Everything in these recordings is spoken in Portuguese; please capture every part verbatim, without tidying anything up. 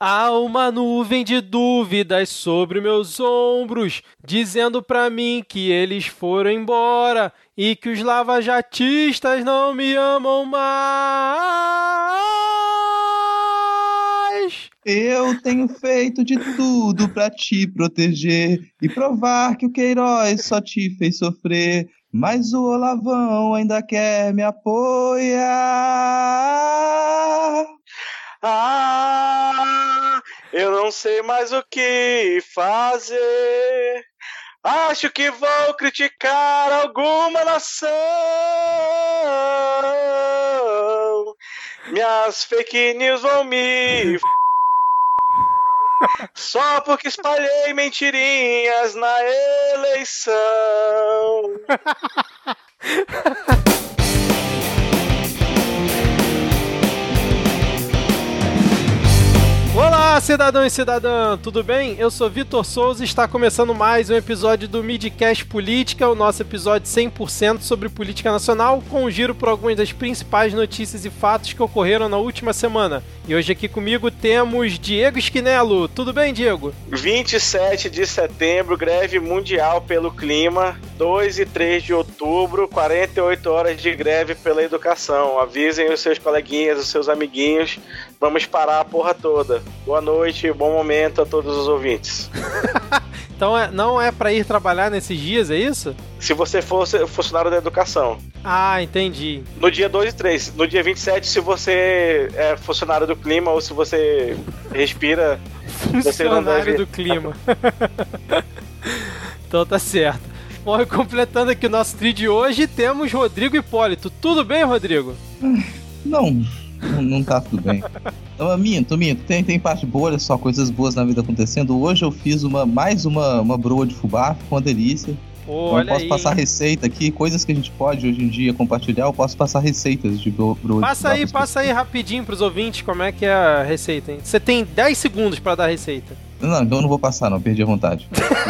Há uma nuvem de dúvidas sobre meus ombros, dizendo pra mim que eles foram embora e que os lavajatistas não me amam mais. Eu tenho feito de tudo pra te proteger e provar que o Queiroz só te fez sofrer, mas o Olavão ainda quer me apoiar. Ah, eu não sei mais o que fazer. Acho que vou criticar alguma nação. Minhas fake news vão me f... só porque espalhei mentirinhas na eleição. Olá, cidadão e cidadã, tudo bem? Eu sou Vitor Souza e está começando mais um episódio do Midcast Política, o nosso episódio cem por cento sobre política nacional, com um giro por algumas das principais notícias e fatos que ocorreram na última semana. E hoje aqui comigo temos Diego Esquinelo. Tudo bem, Diego? vinte e sete de setembro, greve mundial pelo clima. dois e três de outubro, quarenta e oito horas de greve pela educação. Avisem os seus coleguinhas, os seus amiguinhos. Vamos parar a porra toda. Boa noite, bom momento a todos os ouvintes. Então é, não é pra ir trabalhar nesses dias, é isso? Se você fosse funcionário da educação. Ah, entendi. No dia dois e três. No dia vinte e sete, se você é funcionário do clima ou se você respira... Funcionário do clima. Então tá certo. Bom, e completando aqui o nosso trio de hoje, temos Rodrigo Hipólito. Tudo bem, Rodrigo? Não, não, não tá tudo bem. Então, minto, minto. Tem, tem parte boa, olha só, coisas boas na vida acontecendo. Hoje eu fiz uma, mais uma, uma broa de fubá, ficou uma delícia. Pô, então, eu posso aí. passar receita aqui, coisas que a gente pode hoje em dia compartilhar. Eu posso passar receitas de broa de fubá. Passa aí, passa aí rapidinho pros ouvintes como é que é a receita, hein? Você tem dez segundos pra dar a receita. Não, então eu não vou passar, não, perdi a vontade.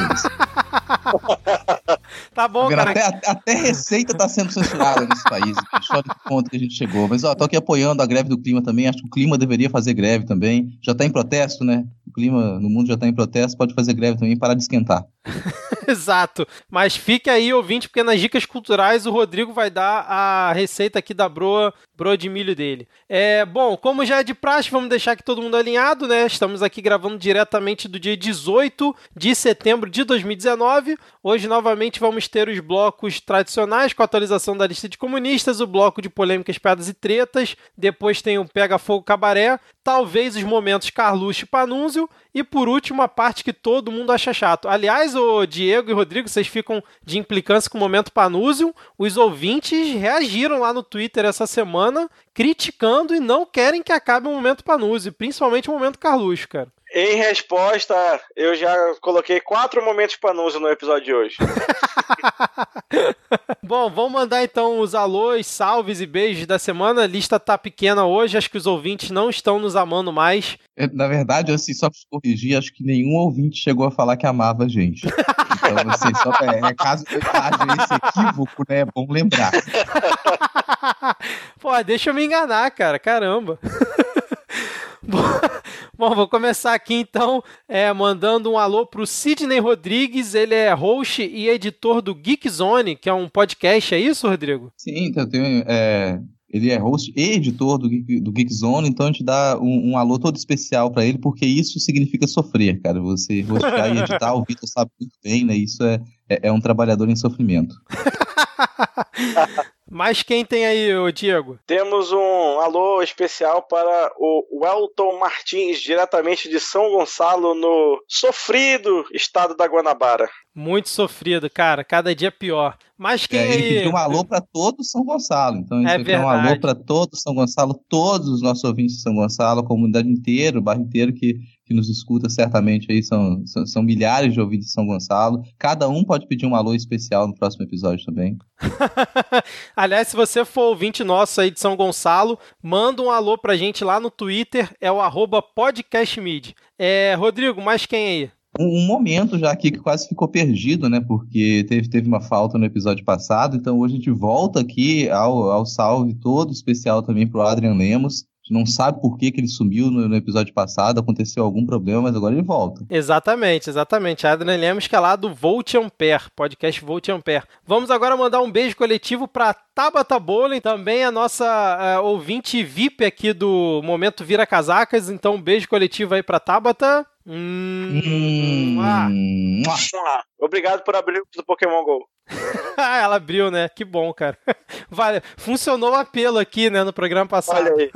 Tá bom, cara. Até, até receita tá sendo censurada nesse país. Olha que ponto que a gente chegou. Mas, ó, tô aqui apoiando a greve do clima também. Acho que o clima deveria fazer greve também. Já tá em protesto, né? O clima no mundo já tá em protesto. Pode fazer greve também para de esquentar. Exato. Mas fique aí, ouvinte, porque nas dicas culturais o Rodrigo vai dar a receita aqui da broa, broa de milho dele. É, bom, como já é de praxe, vamos deixar aqui todo mundo alinhado, né? Estamos aqui gravando diretamente do dia dezoito de setembro de dois mil e dezenove. Hoje, novamente, vamos ter os blocos tradicionais com a atualização da lista de comunistas, o bloco de polêmicas, piadas e tretas, depois tem o Pega Fogo Cabaré, talvez os momentos Carluxo e Panúncio, e por último a parte que todo mundo acha chato. Aliás, o Diego e o Rodrigo, vocês ficam de implicância com o momento Panúncio. Os ouvintes reagiram lá no Twitter essa semana, criticando e não querem que acabe o momento Panúncio, principalmente o momento Carluxo, cara. Em resposta, eu já coloquei quatro momentos Panúncio no episódio de hoje. Bom, vamos mandar então os alôs, salves e beijos da semana. A lista tá pequena hoje, acho que os ouvintes não estão nos amando mais. Na verdade, assim, só pra te corrigir, acho que nenhum ouvinte chegou a falar que amava a gente. Então, assim, só pra, é, caso haja esse equívoco, né, é bom lembrar. Pô, deixa eu me enganar, cara, caramba. Bom, vou começar aqui então é, mandando um alô pro Sidney Rodrigues. Ele é host e editor do Geek Zone, que é um podcast, é isso, Rodrigo? Sim, então eu tenho, é, ele é host e editor do, do Geek Zone, então a gente dá um, um alô todo especial para ele, porque isso significa sofrer, cara. Você hostear e editar, o Vitor sabe muito bem, né? Isso é, é, é um trabalhador em sofrimento. Mas quem tem aí, ô Diego? Temos um alô especial para o Welton Martins, diretamente de São Gonçalo, no sofrido estado da Guanabara. Muito sofrido, cara. Cada dia pior. Mas quem é, ele aí... pediu um alô para todo São Gonçalo. Então, a gente é quer um alô para todo São Gonçalo, todos os nossos ouvintes de São Gonçalo, a comunidade inteira, o bairro inteiro que, que nos escuta, certamente aí são, são, são milhares de ouvintes de São Gonçalo. Cada um pode pedir um alô especial no próximo episódio também. Aliás, se você for ouvinte nosso aí de São Gonçalo, manda um alô pra gente lá no Twitter, é o arroba podcastmid. É, Rodrigo, mais quem aí? Um, um momento já aqui que quase ficou perdido, né? Porque teve, teve uma falta no episódio passado, então hoje a gente volta aqui ao, ao salve todo especial também pro Adrian Lemos. gente não sabe por que, que ele sumiu no, no episódio passado, aconteceu algum problema, mas agora ele volta. Exatamente, exatamente. Adrian Lemos, que é lá do Volt Ampere, podcast Volt Ampere. Vamos agora mandar um beijo coletivo para Tabata Bowling, também a nossa uh, ouvinte V I P aqui do Momento Vira Casacas, então um beijo coletivo aí para Tabata. Hum, hum, ah. Obrigado por abrir o do Pokémon GO. Ah, ela abriu, né? Que bom, cara. Vale. Funcionou o apelo aqui, né, no programa passado. Olha aí.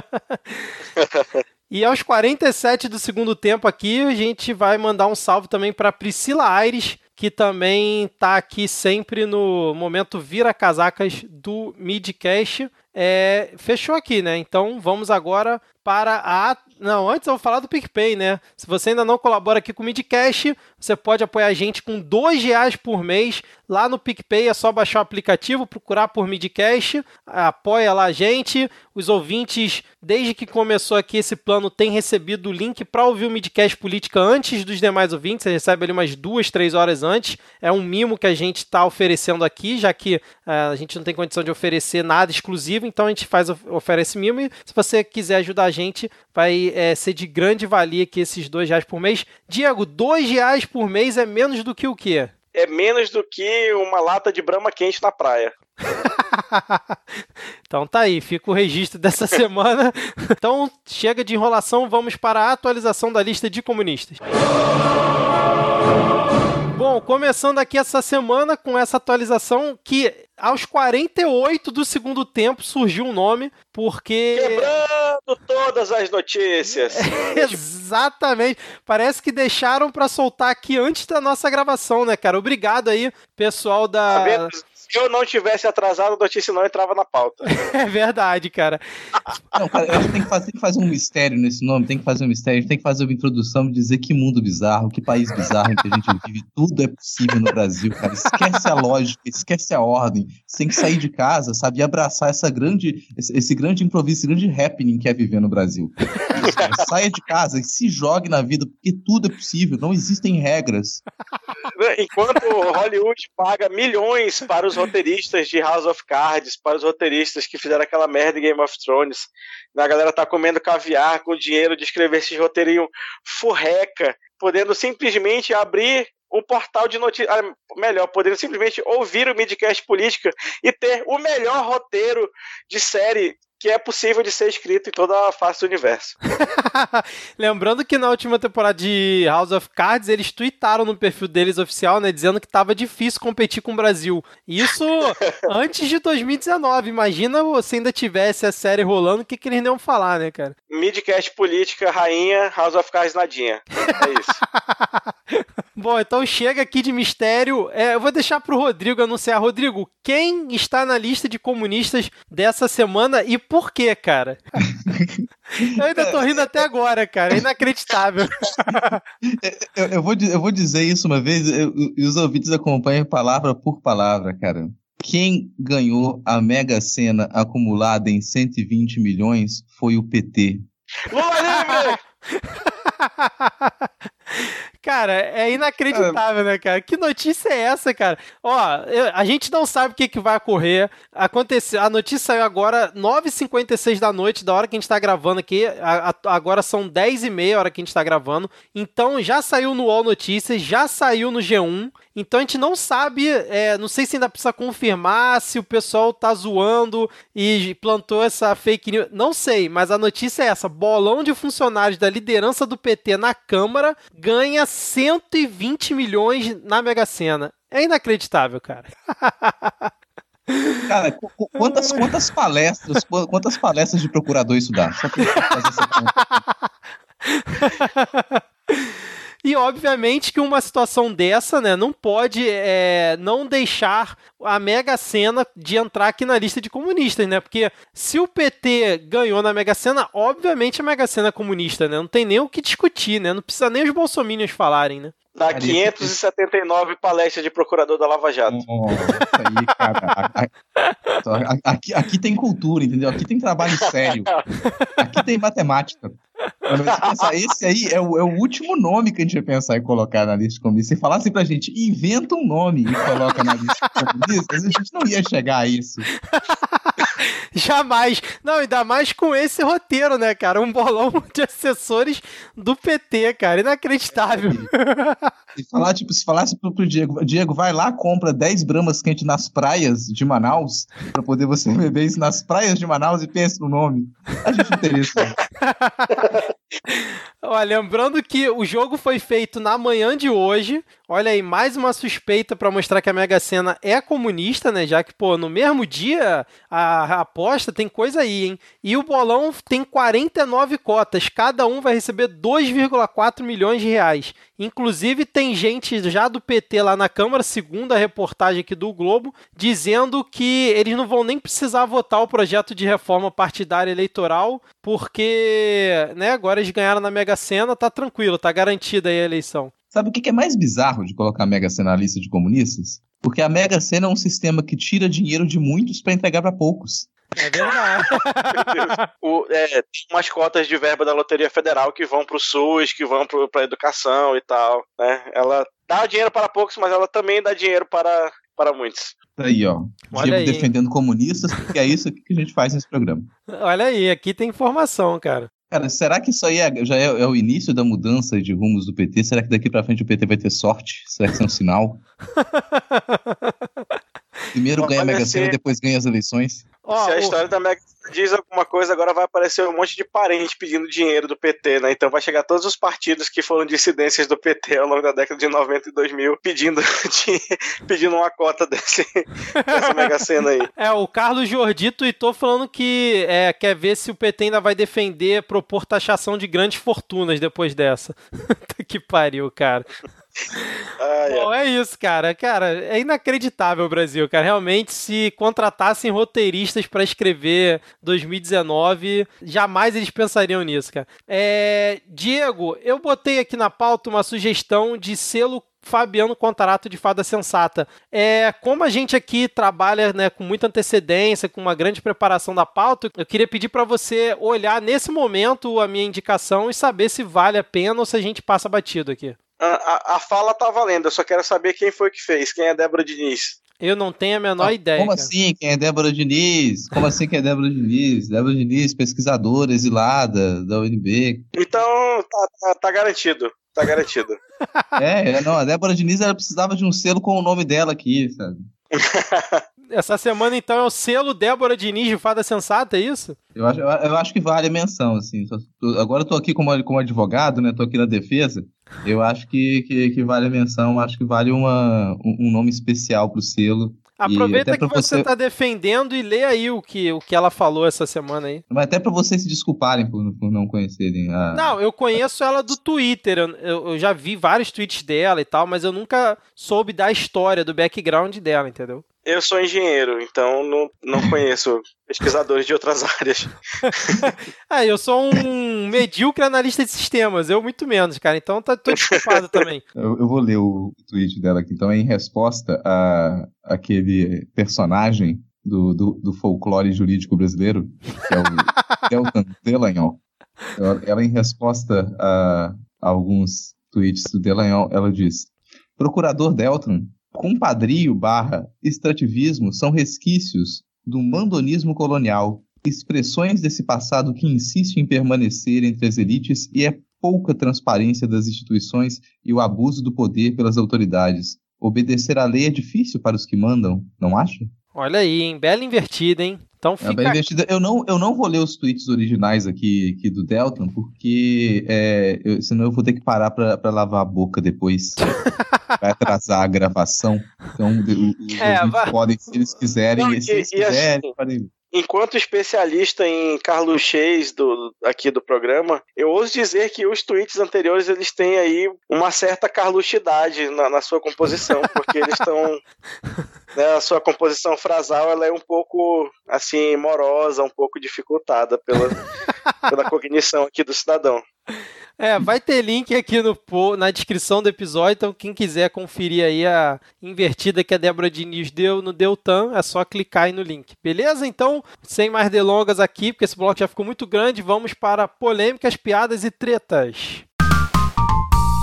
E aos quarenta e sete do segundo tempo aqui, a gente vai mandar um salve também para Priscila Aires, que também tá aqui sempre no Momento Vira Casacas do Midcast. É, fechou aqui, né? Então vamos agora para a... Não, antes eu vou falar do PicPay, né? Se você ainda não colabora aqui com o Midcast, você pode apoiar a gente com dois reais por mês. Lá no PicPay é só baixar o aplicativo, procurar por Midcast, apoia lá a gente. Os ouvintes, desde que começou aqui esse plano, têm recebido o link para ouvir o Midcast Política antes dos demais ouvintes. Você recebe ali umas duas, três horas antes. É um mimo que a gente está oferecendo aqui, já que uh, a gente não tem condição de oferecer nada exclusivo, então a gente faz, oferece mimo. E se você quiser ajudar a gente, vai é, ser de grande valia aqui esses dois reais por mês. Diego, dois reais por mês é menos do que o quê? É menos do que uma lata de brama quente na praia. Então tá aí, fica o registro dessa semana. Então chega de enrolação, vamos para a atualização da lista de comunistas. Bom, começando aqui essa semana com essa atualização que aos quarenta e oito do segundo tempo surgiu um nome, porque... Quebrando todas as notícias. Exatamente. Parece que deixaram para soltar aqui antes da nossa gravação, né, cara? Obrigado aí, pessoal da... Tá, se eu não tivesse atrasado, a notícia não entrava na pauta. É verdade, cara. Não, cara, a gente tem que, fazer, tem que fazer um mistério nesse nome, tem que fazer um mistério, a gente tem que fazer uma introdução e dizer que mundo bizarro, que país bizarro em que a gente vive, tudo é possível no Brasil, cara. Esquece a lógica, esquece a ordem, você tem que sair de casa, sabe, e abraçar essa grande, esse, esse grande improviso, esse grande happening que é viver no Brasil. Isso, cara, saia de casa e se jogue na vida, porque tudo é possível, não existem regras. Enquanto Hollywood paga milhões para os roteiristas de House of Cards, para os roteiristas que fizeram aquela merda em Game of Thrones, a galera tá comendo caviar com o dinheiro de escrever esses roteirinhos furreca, podendo simplesmente abrir um portal de notícias, melhor, podendo simplesmente ouvir o Midcast Política e ter o melhor roteiro de série que é possível de ser escrito em toda a face do universo. Lembrando que na última temporada de House of Cards, eles tweetaram no perfil deles oficial, né, dizendo que tava difícil competir com o Brasil. Isso antes de dois mil e dezenove. Imagina se ainda tivesse a série rolando, o que, que eles não iam falar, né, cara? Midcast Política, rainha, House of Cards nadinha. É isso. Bom, então chega aqui de mistério. É, eu vou deixar pro Rodrigo anunciar. Rodrigo, quem está na lista de comunistas dessa semana e por quê, cara? Eu ainda tô rindo até agora, cara. É inacreditável. eu, eu, vou, eu vou dizer isso uma vez eu, e os ouvintes acompanham palavra por palavra, cara. Quem ganhou a Mega Sena acumulada em cento e vinte milhões foi o P T. Lula livre! Cara, é inacreditável, né, cara? Que notícia é essa, cara? Ó, a gente não sabe o que, que vai ocorrer. Aconteceu, a notícia saiu agora nove e cinquenta e seis da noite, da hora que a gente tá gravando aqui. A, a, agora são dez e meia a hora que a gente tá gravando. Então já saiu no U O L Notícias, já saiu no G um. Então a gente não sabe, é, não sei se ainda precisa confirmar se o pessoal tá zoando e plantou essa fake news. Não sei, mas a notícia é essa. Bolão de funcionários da liderança do P T na Câmara ganha cento e vinte milhões na Mega Sena. É inacreditável, cara. Cara, quantas, quantas palestras, quantas palestras de procurador isso dá? Só pra fazer essa conta. E, obviamente, que uma situação dessa, né, não pode é, não deixar a Mega Sena de entrar aqui na lista de comunistas, né? Porque se o P T ganhou na Mega Sena, obviamente a Mega Sena é comunista, né? Não tem nem o que discutir, né? Não precisa nem os bolsominions falarem, né? Dá quinhentas e setenta e nove palestras de procurador da Lava Jato. Oh, isso aí, cara. Aqui, aqui tem cultura, entendeu? Aqui tem trabalho sério. Aqui tem matemática. Pensar, esse aí é o, é o último nome que a gente ia pensar em colocar na lista de comunistas. Se falasse pra gente, inventa um nome e coloca na lista de comunistas, a gente não ia chegar a isso. Jamais. Não, ainda mais com esse roteiro, né, cara? Um bolão de assessores do P T, cara. Inacreditável. E falar, tipo, se falasse pro, pro Diego, Diego, vai lá, compra dez bramas quentes nas praias de Manaus, pra poder você beber isso nas praias de Manaus e pense no nome. A gente não teria isso. Olha, lembrando que o jogo foi feito na manhã de hoje. Olha aí, mais uma suspeita para mostrar que a Mega Sena é comunista, né? Já que, pô, no mesmo dia a, a aposta tem coisa aí, hein? E o bolão tem quarenta e nove cotas. Cada um vai receber dois vírgula quatro milhões de reais. Inclusive, tem gente já do P T lá na Câmara, segundo a reportagem aqui do Globo, dizendo que eles não vão nem precisar votar o projeto de reforma partidária eleitoral, porque, né, agora eles ganharam na Mega Sena, tá tranquilo, tá garantida aí a eleição. Sabe o que é mais bizarro de colocar a Mega Sena na lista de comunistas? Porque a Mega Sena é um sistema que tira dinheiro de muitos para entregar para poucos. É verdade. o, é, tem umas cotas de verba da Loteria Federal que vão pro SUS, que vão pro, pra educação e tal, né? Ela dá dinheiro para poucos, mas ela também dá dinheiro para, para muitos. Aí, ó. Olha Diego aí, defendendo comunistas, porque é isso que a gente faz nesse programa. Olha aí, aqui tem informação, cara. Cara, será que isso aí é, já é, é o início da mudança de rumos do P T? Será que daqui pra frente o P T vai ter sorte? Será que isso é um sinal? Primeiro Bom, ganha a Mega ser... Sena, depois ganha as eleições. Oh, Se a o... história da Mega Sena diz alguma coisa, agora vai aparecer um monte de parente pedindo dinheiro do P T, né? Então vai chegar todos os partidos que foram dissidências do P T ao longo da década de noventa e dois mil pedindo, de... pedindo uma cota desse... dessa Mega Sena aí. É, o Carlos Jordi tweetou falando que é, quer ver se o P T ainda vai defender, propor taxação de grandes fortunas depois dessa. Que pariu, cara. Ah, Bom, é. é isso, cara. Cara, é inacreditável o Brasil, cara. Realmente, se contratassem roteiristas para escrever dois mil e dezenove, jamais eles pensariam nisso, cara. É... Diego, eu botei aqui na pauta uma sugestão de selo Fabiano Contarato de Fada Sensata. É, como a gente aqui trabalha, né, com muita antecedência, com uma grande preparação da pauta, eu queria pedir para você olhar nesse momento a minha indicação e saber se vale a pena ou se a gente passa batido aqui. A, a, a fala tá valendo, eu só quero saber quem foi que fez, quem é Débora Diniz. Eu não tenho a menor ah, ideia. Como cara. assim? Quem é Débora Diniz? Como assim quem é Débora Diniz? Débora Diniz, pesquisadora exilada da U N B. Então, tá, tá, tá garantido. Tá garantido. É, não, a Débora Diniz ela precisava de um selo com o nome dela aqui, sabe? Essa semana, então, é o selo Débora Diniz de Fada Sensata, é isso? Eu acho, eu, eu acho que vale a menção, assim. Tô, agora eu tô aqui como, como advogado, né? Tô aqui na defesa. Eu acho que, que, que vale a menção, acho que vale uma, um, um nome especial pro selo. Aproveita que você está defendendo e lê aí o que, o que ela falou essa semana aí. Mas até para vocês se desculparem por, por não conhecerem a... Não, eu conheço ela do Twitter, eu, eu já vi vários tweets dela e tal, mas eu nunca soube da história, do background dela, entendeu? Eu sou engenheiro, então não, não conheço pesquisadores de outras áreas. Ah, eu sou um medíocre analista de sistemas, eu muito menos, cara, então tá, tô desculpado também. Eu, eu vou ler o tweet dela aqui, então é em resposta a aquele personagem do, do, do folclore jurídico brasileiro, que é o Deltan Dallagnol. Ela, ela, em resposta a, a alguns tweets do Dallagnol, ela diz: Procurador Deltan, compadrio barra extrativismo são resquícios do mandonismo colonial, expressões desse passado que insiste em permanecer entre as elites e é pouca transparência das instituições e o abuso do poder pelas autoridades. Obedecer à lei é difícil para os que mandam, não acha? Olha aí, hein? Bela invertida, hein? Então fica... É bem invertida. Eu não, eu não vou ler os tweets originais aqui, aqui do Deltan, porque é, eu, senão eu vou ter que parar para lavar a boca depois. Vai atrasar a gravação. Então, os é, ouvintes vai... podem, se eles quiserem, não, e, se eles e, quiserem, assim, podem... Enquanto especialista em Carlos Cheis do, aqui do programa, eu ouso dizer que os tweets anteriores eles têm aí uma certa carluxidade na, na sua composição, porque eles estão... Né, a sua composição frasal ela é um pouco assim, morosa, um pouco dificultada pela, pela cognição aqui do cidadão. É, vai ter link aqui no, na descrição do episódio, então quem quiser conferir aí a invertida que a Débora Diniz deu no Deltan, é só clicar aí no link. Beleza? Então, sem mais delongas aqui, porque esse bloco já ficou muito grande, vamos para polêmicas, piadas e tretas.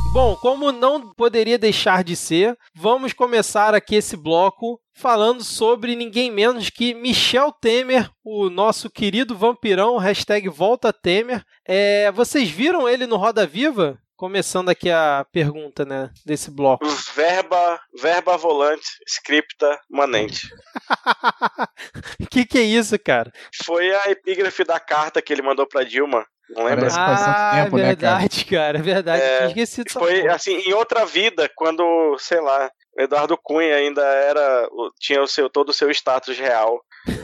Bom, como não poderia deixar de ser, vamos começar aqui esse bloco falando sobre ninguém menos que Michel Temer, o nosso querido vampirão, hashtag Volta Temer. É, vocês viram ele no Roda Viva? Começando aqui a pergunta, né, desse bloco. Verba, verba volante, scripta manente. Que que é isso, cara? Foi a epígrafe da carta que ele mandou pra Dilma. Não lembra? Parece que faz tanto Ah, tempo, é né, verdade, cara, é verdade. É, Eu tinha esquecido dessa Foi porra. assim, em outra vida, quando, sei lá, Eduardo Cunha ainda era, tinha o seu, todo o seu status real.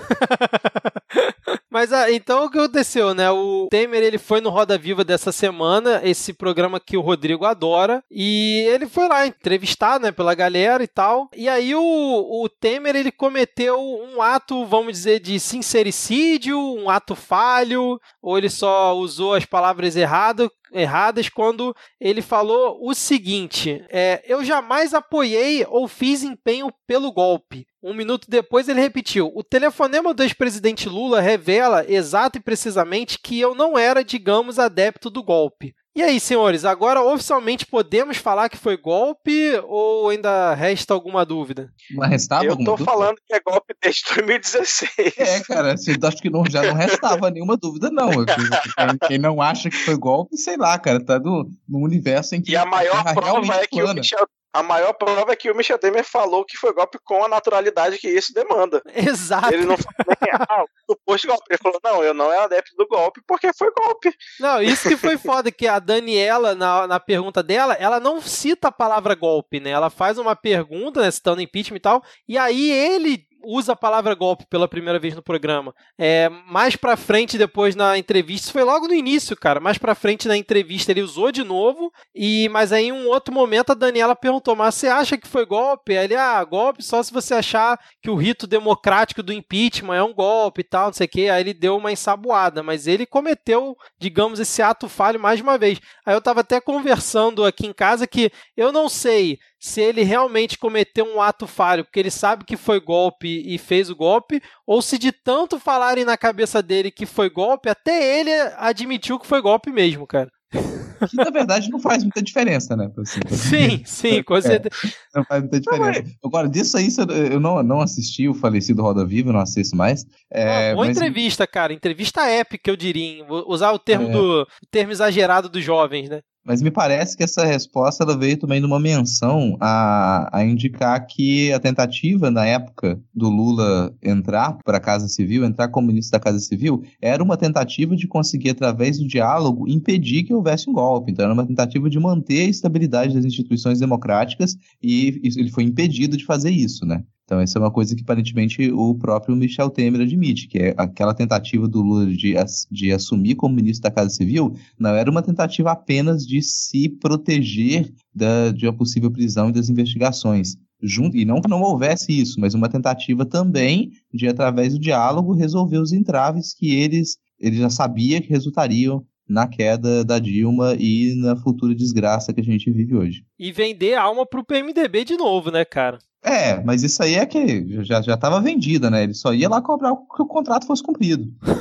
Mas ah, então o que aconteceu, né? O Temer, ele foi no Roda Viva dessa semana, esse programa que o Rodrigo adora, e ele foi lá entrevistar, né, pela galera e tal. E aí o, o Temer, ele cometeu um ato, vamos dizer, de sincericídio, um ato falho, ou ele só usou as palavras erradas, erradas quando ele falou o seguinte, é, eu jamais apoiei ou fiz empenho pelo golpe. Um minuto depois ele repetiu, o telefonema do ex-presidente Lula revela exato e precisamente que eu não era, digamos, adepto do golpe. E aí, senhores, agora oficialmente podemos falar que foi golpe ou ainda resta alguma dúvida? Mas restava Eu alguma tô dúvida? falando que é golpe desde dois mil e dezesseis. É, cara, assim, acho que não, já não restava nenhuma dúvida, não. Quem, quem não acha que foi golpe, sei lá, cara, tá no, no universo em que E a maior terra prova realmente é que o plana. Michel, a maior prova é que o Michel Temer falou que foi golpe com a naturalidade que isso demanda. Exato. Ele não falou nem, ah, o suposto golpe. Ele falou, não, eu não era adepto do golpe porque foi golpe. Não, isso que foi foda, que a Daniela, na, na pergunta dela, ela não cita a palavra golpe, né? Ela faz uma pergunta, né, citando impeachment e tal, e aí ele usa a palavra golpe pela primeira vez no programa. É, mais pra frente, depois na entrevista, isso foi logo no início, cara, mais pra frente na entrevista ele usou de novo, e mas aí em um outro momento a Daniela perguntou, mas você acha que foi golpe? Aí ele, ah, golpe só se você achar que o rito democrático do impeachment é um golpe e tal, não sei o que, aí ele deu uma ensaboada, mas ele cometeu, digamos, esse ato falho mais uma vez. Aí eu tava até conversando aqui em casa que eu não sei se ele realmente cometeu um ato falho, porque ele sabe que foi golpe e fez o golpe, ou se de tanto falarem na cabeça dele que foi golpe, até ele admitiu que foi golpe mesmo, cara. Que, na verdade, não faz muita diferença, né? Assim, sim, sim, com certeza. É, não faz muita diferença. Agora, disso aí, eu não, não assisti o falecido Roda Viva, eu não assisto mais. É, ah, boa mas... entrevista, cara. Entrevista épica, eu diria. Hein? Vou usar o termo, É. do, o termo exagerado dos jovens, né? Mas me parece que essa resposta ela veio também numa menção a, a indicar que a tentativa, na época do Lula entrar para a Casa Civil, entrar como ministro da Casa Civil, era uma tentativa de conseguir, através do diálogo, impedir que houvesse um golpe. Então, era uma tentativa de manter a estabilidade das instituições democráticas e ele foi impedido de fazer isso, né? Então, essa é uma coisa que, aparentemente, o próprio Michel Temer admite, que é aquela tentativa do Lula de, de assumir como ministro da Casa Civil não era uma tentativa apenas de se proteger da, de uma possível prisão e das investigações. Junto, e não que não houvesse isso, mas uma tentativa também de, através do diálogo, resolver os entraves que eles, eles já sabiam que resultariam na queda da Dilma e na futura desgraça que a gente vive hoje. E vender a alma pro P M D B de novo, né, cara? É, mas isso aí é que já já estava vendida, né? Ele só ia lá cobrar que o contrato fosse cumprido.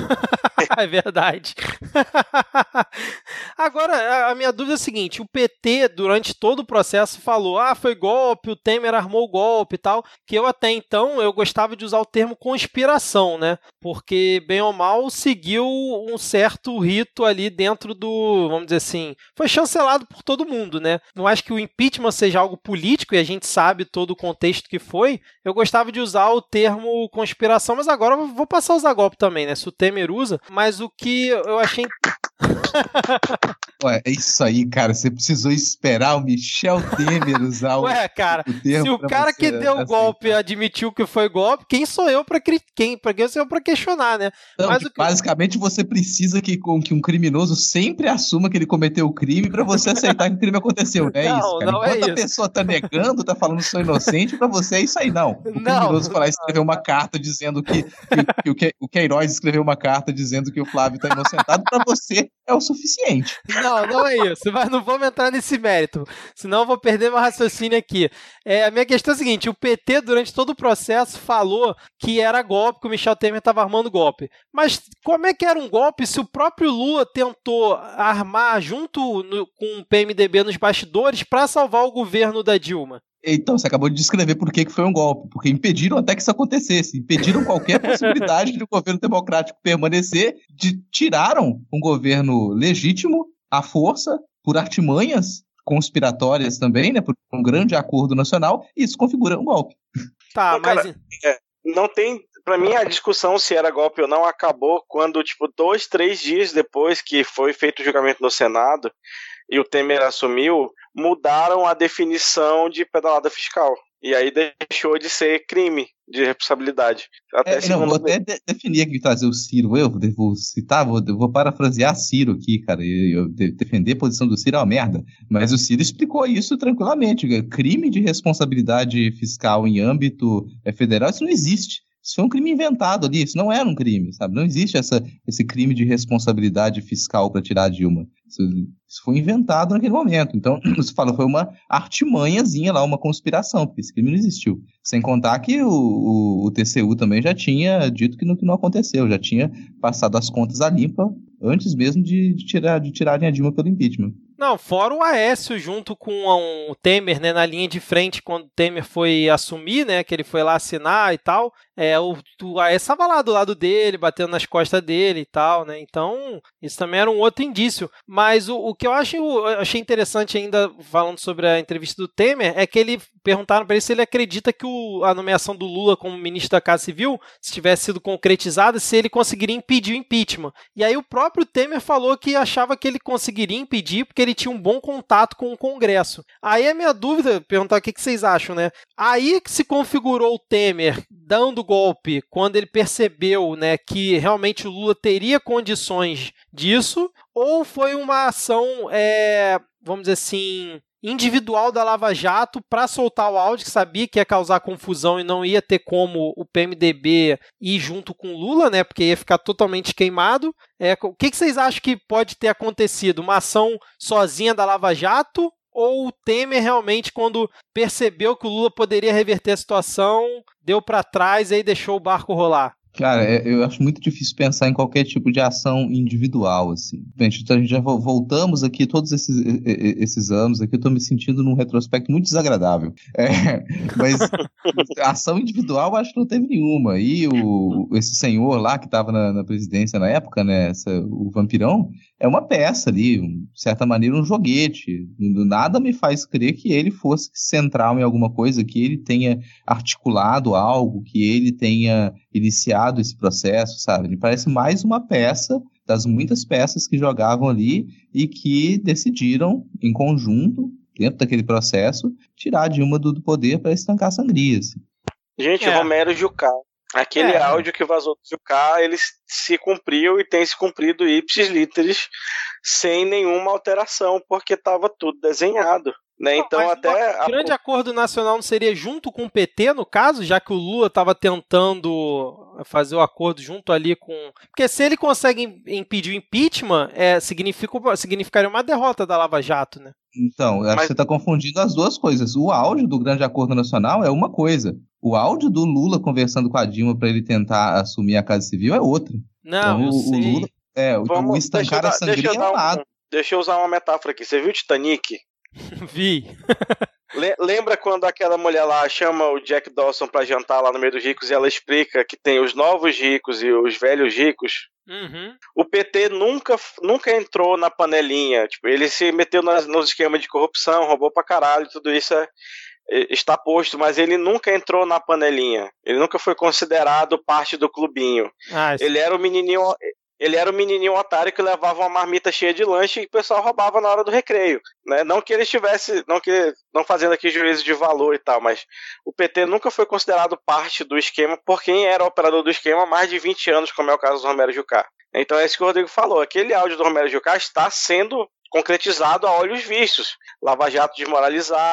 É verdade. Agora, a minha dúvida é a seguinte, o P T, durante todo o processo, falou, ah, foi golpe, o Temer armou o golpe e tal, que eu até então, eu gostava de usar o termo conspiração, né? Porque, bem ou mal, seguiu um certo rito ali dentro do, vamos dizer assim, foi chancelado por todo mundo, né? Não acho que o impeachment seja algo político, e a gente sabe todo o contexto que foi, eu gostava de usar o termo conspiração, mas agora eu vou passar a usar golpe também, né? Se o Temer usa, mas o que eu achei... Ué, é isso aí, cara. Você precisou esperar o Michel Temer usar o, Ué, cara, o termo. se o cara que deu o golpe admitiu que foi golpe, quem sou eu pra, quem, pra quem sou eu pra questionar, né? Então, Mas o que... Basicamente, você precisa que, que um criminoso sempre assuma que ele cometeu o crime pra você aceitar que o crime aconteceu, não é não, isso, cara? Não Enquanto é a pessoa tá negando, tá falando que sou inocente, pra você é isso aí, não. O criminoso foi lá escrever uma carta dizendo que, que, que, que o Queiroz escreveu uma carta dizendo que o Flávio tá inocentado, pra você é o suficiente. Não, não é isso, mas não vamos entrar nesse mérito, senão eu vou perder meu raciocínio aqui. É, a minha questão é a seguinte, o P T durante todo o processo falou que era golpe, que o Michel Temer estava armando golpe. Mas como é que era um golpe se o próprio Lula tentou armar junto no, com o P M D B nos bastidores para salvar o governo da Dilma? Então, você acabou de descrever por que foi um golpe, porque impediram até que isso acontecesse, impediram qualquer possibilidade de o governo democrático permanecer, de, tiraram um governo legítimo à força, por artimanhas conspiratórias também, né, por um grande acordo nacional, e isso configura um golpe. Tá, mas... Cara, é, não tem... Pra mim, a discussão se era golpe ou não acabou quando, tipo, dois, três dias depois que foi feito o julgamento no Senado e o Temer assumiu, mudaram a definição de pedalada fiscal. E aí deixou de ser crime de responsabilidade. Até é, não, vou até de, definir aqui, trazer o Ciro. Eu vou citar, vou, vou parafrasear Ciro aqui, cara. Eu, eu, defender a posição do Ciro é uma merda. Mas o Ciro explicou isso tranquilamente. Crime de responsabilidade fiscal em âmbito federal, isso não existe. Isso foi um crime inventado ali, isso não era um crime, sabe? Não existe essa, esse crime de responsabilidade fiscal para tirar a Dilma. Isso, isso foi inventado naquele momento. Então, você fala, foi uma artimanhazinha lá, uma conspiração, porque esse crime não existiu. Sem contar que o, o, o T C U também já tinha dito que não, que não aconteceu, já tinha passado as contas a limpa antes mesmo de, de, tirar, de tirarem a Dilma pelo impeachment. Não, fora o Aécio junto com o Temer, né, na linha de frente quando o Temer foi assumir, né, que ele foi lá assinar e tal, é, o, o Aécio estava lá do lado dele, batendo nas costas dele e tal, né, então isso também era um outro indício, mas o, o que eu, acho, eu achei interessante ainda, falando sobre a entrevista do Temer, é que ele, perguntaram para ele se ele acredita que o, a nomeação do Lula como ministro da Casa Civil, se tivesse sido concretizada, se ele conseguiria impedir o impeachment, e aí o próprio Temer falou que achava que ele conseguiria impedir, porque ele tinha um bom contato com o Congresso. Aí a minha dúvida, perguntar o que vocês acham, né? Aí que se configurou o Temer dando golpe, quando ele percebeu, né, que realmente o Lula teria condições disso, ou foi uma ação, é, vamos dizer assim, individual da Lava Jato para soltar o áudio, que sabia que ia causar confusão e não ia ter como o P M D B ir junto com o Lula, né, porque ia ficar totalmente queimado. É, o que, que vocês acham que pode ter acontecido? Uma ação sozinha da Lava Jato? Ou o Temer realmente, quando percebeu que o Lula poderia reverter a situação, deu para trás e aí deixou o barco rolar? Cara, eu acho muito difícil pensar em qualquer tipo de ação individual, assim. Gente, a gente já voltamos aqui todos esses, esses anos, aqui eu tô me sentindo num retrospecto muito desagradável. É, mas ação individual eu acho que não teve nenhuma. E o, esse senhor lá que estava na, na presidência na época, né, essa, o Vampirão, é uma peça ali, de certa maneira um joguete. Nada me faz crer que ele fosse central em alguma coisa, que ele tenha articulado algo, que ele tenha iniciado esse processo, sabe? Ele parece mais uma peça das muitas peças que jogavam ali e que decidiram, em conjunto, dentro daquele processo, tirar a Dilma do, do poder para estancar a sangria. Assim. Gente, é. Romero Jucá. Aquele é. áudio que vazou do Jucá, ele se cumpriu e tem se cumprido ipsis literis, sem nenhuma alteração, porque estava tudo desenhado. Né? Então, Mas até o a... grande acordo nacional não seria junto com o P T, no caso, já que o Lula estava tentando fazer o acordo junto ali com... Porque se ele consegue impedir o impeachment, é, significa, significaria uma derrota da Lava Jato, né? Então, acho Mas... que você está confundindo as duas coisas. O áudio do grande acordo nacional é uma coisa. O áudio do Lula conversando com a Dilma para ele tentar assumir a Casa Civil é outra. Não, então, eu o, sei. o Lula, é, Vamos, o estancar dar, a sangria é um lado. Um, deixa eu usar uma metáfora aqui. Você viu o Titanic? Vi. Lembra quando aquela mulher lá chama o Jack Dawson pra jantar lá no meio dos ricos e ela explica que tem os novos ricos e os velhos ricos? Uhum. O P T nunca, nunca entrou na panelinha. Tipo, ele se meteu nas, nos esquemas de corrupção, roubou pra caralho, tudo isso é, está posto, mas ele nunca entrou na panelinha. Ele nunca foi considerado parte do clubinho. Ah, ele era o menininho... Ele era o menininho otário que levava uma marmita cheia de lanche e o pessoal roubava na hora do recreio, né? Não que ele estivesse, não que não fazendo aqui juízo de valor e tal, mas o P T nunca foi considerado parte do esquema por quem era operador do esquema há mais de vinte anos, como é o caso do Romero Jucá. Então é isso que o Rodrigo falou, aquele áudio do Romero Jucá está sendo concretizado a olhos vistos. Lava Jato desmoralizada,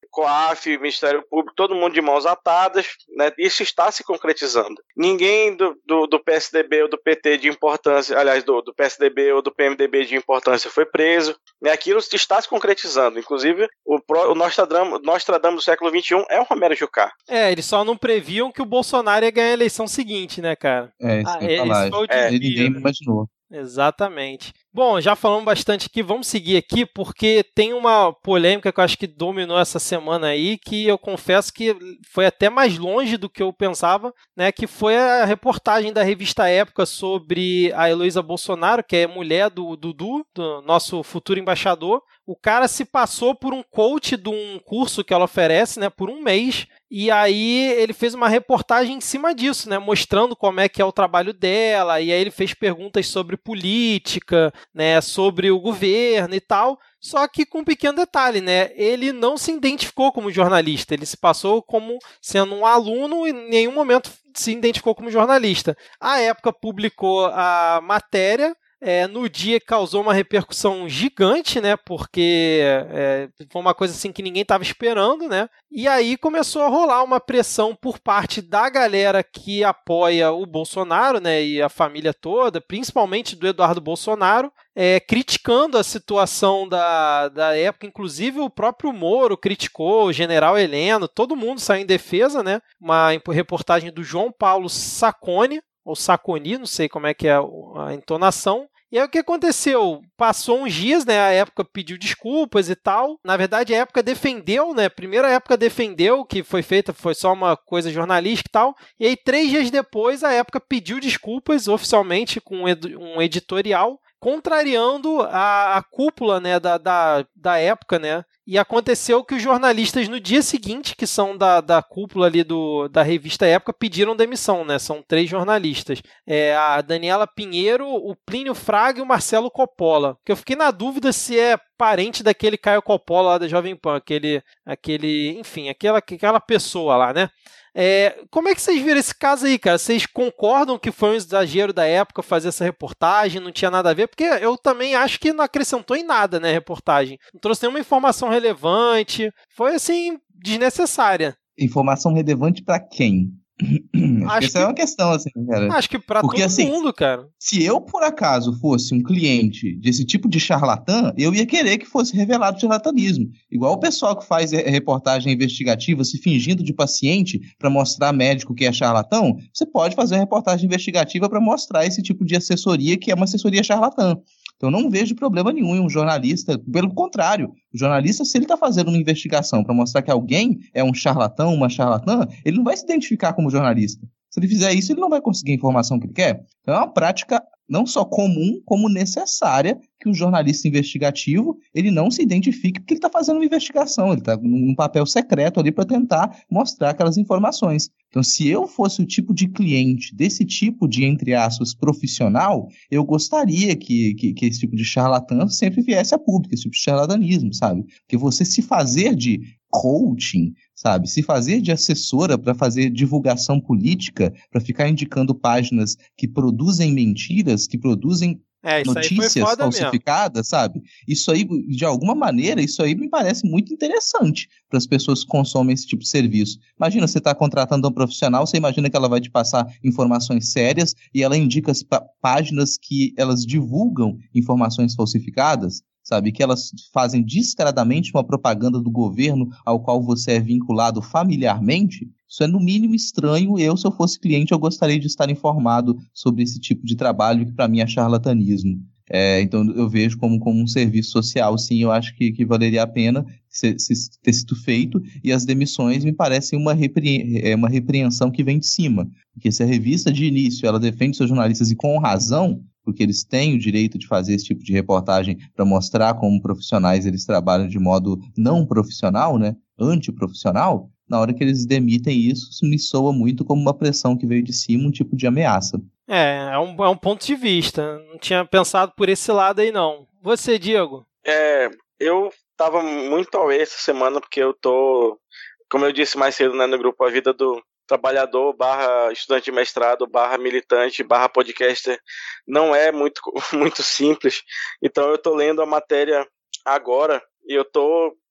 COAF, Ministério Público, todo mundo de mãos atadas, né? Isso está se concretizando. Ninguém do, do, do P S D B ou do P T de importância, aliás, do, do P S D B ou do P M D B de importância foi preso, né? Aquilo está se concretizando. Inclusive, o, o Nostradamus, Nostradamus do século vinte e um é o Romero Jucá. É, eles só não previam que o Bolsonaro ia ganhar a eleição seguinte, né, cara? É, isso ah, que eu ia falar. foi o É, desvio, ninguém né? imaginou. Exatamente. Bom, já falamos bastante aqui, vamos seguir aqui, porque tem uma polêmica que eu acho que dominou essa semana aí, que eu confesso que foi até mais longe do que eu pensava, né, que foi a reportagem da revista Época sobre a Heloísa Bolsonaro, que é mulher do Dudu, do nosso futuro embaixador. O cara se passou por um coach de um curso que ela oferece, né, por um mês, e aí ele fez uma reportagem em cima disso, né, mostrando como é que é o trabalho dela, e aí ele fez perguntas sobre política, né, sobre o governo e tal, só que com um pequeno detalhe, né, ele não se identificou como jornalista, ele se passou como sendo um aluno e em nenhum momento se identificou como jornalista. A Época publicou a matéria, É, no dia causou uma repercussão gigante, né? Porque é, foi uma coisa assim que ninguém estava esperando, né? E aí começou a rolar uma pressão por parte da galera que apoia o Bolsonaro, né? E a família toda, principalmente do Eduardo Bolsonaro, é, criticando a situação da, da época. Inclusive o próprio Moro criticou, o general Heleno, todo mundo saiu em defesa, né? Uma reportagem do João Paulo Sacconi, ou Sacconi, não sei como é que é a entonação. E aí o que aconteceu? Passou uns dias, né? A Época pediu desculpas e tal. Na verdade, a Época defendeu, né? Primeiro a Época defendeu que foi feita, foi só uma coisa jornalística e tal. E aí, três dias depois, a Época pediu desculpas oficialmente com um editorial, contrariando a, a cúpula, né, da, da, da Época, né? E aconteceu que os jornalistas no dia seguinte, que são da, da cúpula ali do, da revista Época, pediram demissão, né? São três jornalistas. É, a Daniela Pinheiro, o Plínio Fraga e o Marcelo Coppola. Que eu fiquei na dúvida se é parente daquele Caio Coppola lá da Jovem Pan, aquele, aquele enfim, aquela, aquela pessoa lá, né? É, como é que vocês viram esse caso aí, cara? Vocês concordam que foi um exagero da Época fazer essa reportagem, não tinha nada a ver? Porque eu também acho que não acrescentou em nada, né, a reportagem. Não trouxe nenhuma informação relevante, foi, assim, desnecessária. Informação relevante pra quem? Acho, acho que essa que, é uma questão, assim, cara. Acho que pra Porque, todo assim, mundo, cara. Se eu, por acaso, fosse um cliente desse tipo de charlatã, eu ia querer que fosse revelado charlatanismo. Igual o pessoal que faz reportagem investigativa se fingindo de paciente para mostrar médico que é charlatão, você pode fazer uma reportagem investigativa para mostrar esse tipo de assessoria que é uma assessoria charlatã. Então, eu não vejo problema nenhum em um jornalista. Pelo contrário, o jornalista, se ele está fazendo uma investigação para mostrar que alguém é um charlatão, uma charlatã, ele não vai se identificar como jornalista. Se ele fizer isso, ele não vai conseguir a informação que ele quer. Então, é uma prática não só comum, como necessária que um jornalista investigativo ele não se identifique porque ele está fazendo uma investigação, ele está num papel secreto ali para tentar mostrar aquelas informações. Então, se eu fosse o tipo de cliente desse tipo de, entre aspas, profissional, eu gostaria que, que, que esse tipo de charlatã sempre viesse a público, esse tipo de charlatanismo, sabe? Porque você se fazer de coaching, sabe? Se fazer de assessora para fazer divulgação política, para ficar indicando páginas que produzem mentiras, que produzem é, notícias falsificadas, mesmo. Sabe? Isso aí, de alguma maneira, isso aí me parece muito interessante para as pessoas que consomem esse tipo de serviço. Imagina, você está contratando um profissional, você imagina que ela vai te passar informações sérias e ela indica as pá- páginas que elas divulgam informações falsificadas, sabe? Que elas fazem descaradamente uma propaganda do governo ao qual você é vinculado familiarmente. Isso é, no mínimo, estranho. Eu, se eu fosse cliente, eu gostaria de estar informado sobre esse tipo de trabalho, que para mim é charlatanismo. É, então, eu vejo como, como um serviço social, sim, eu acho que, que valeria a pena ser, ser, ter sido feito, e as demissões me parecem uma, repre, é, uma repreensão que vem de cima. Porque se a revista, de início, ela defende seus jornalistas, e com razão, porque eles têm o direito de fazer esse tipo de reportagem para mostrar como profissionais eles trabalham de modo não profissional, né, antiprofissional, na hora que eles demitem isso, isso me soa muito como uma pressão que veio de cima, um tipo de ameaça. É, é um, é um ponto de vista. Não tinha pensado por esse lado aí, não. Você, Diego? É, eu tava muito away essa semana, porque eu tô, como eu disse mais cedo, né, no grupo A Vida do Trabalhador, barra estudante de mestrado, barra militante, barra podcaster, não é muito, muito simples. Então eu tô lendo a matéria agora e eu tô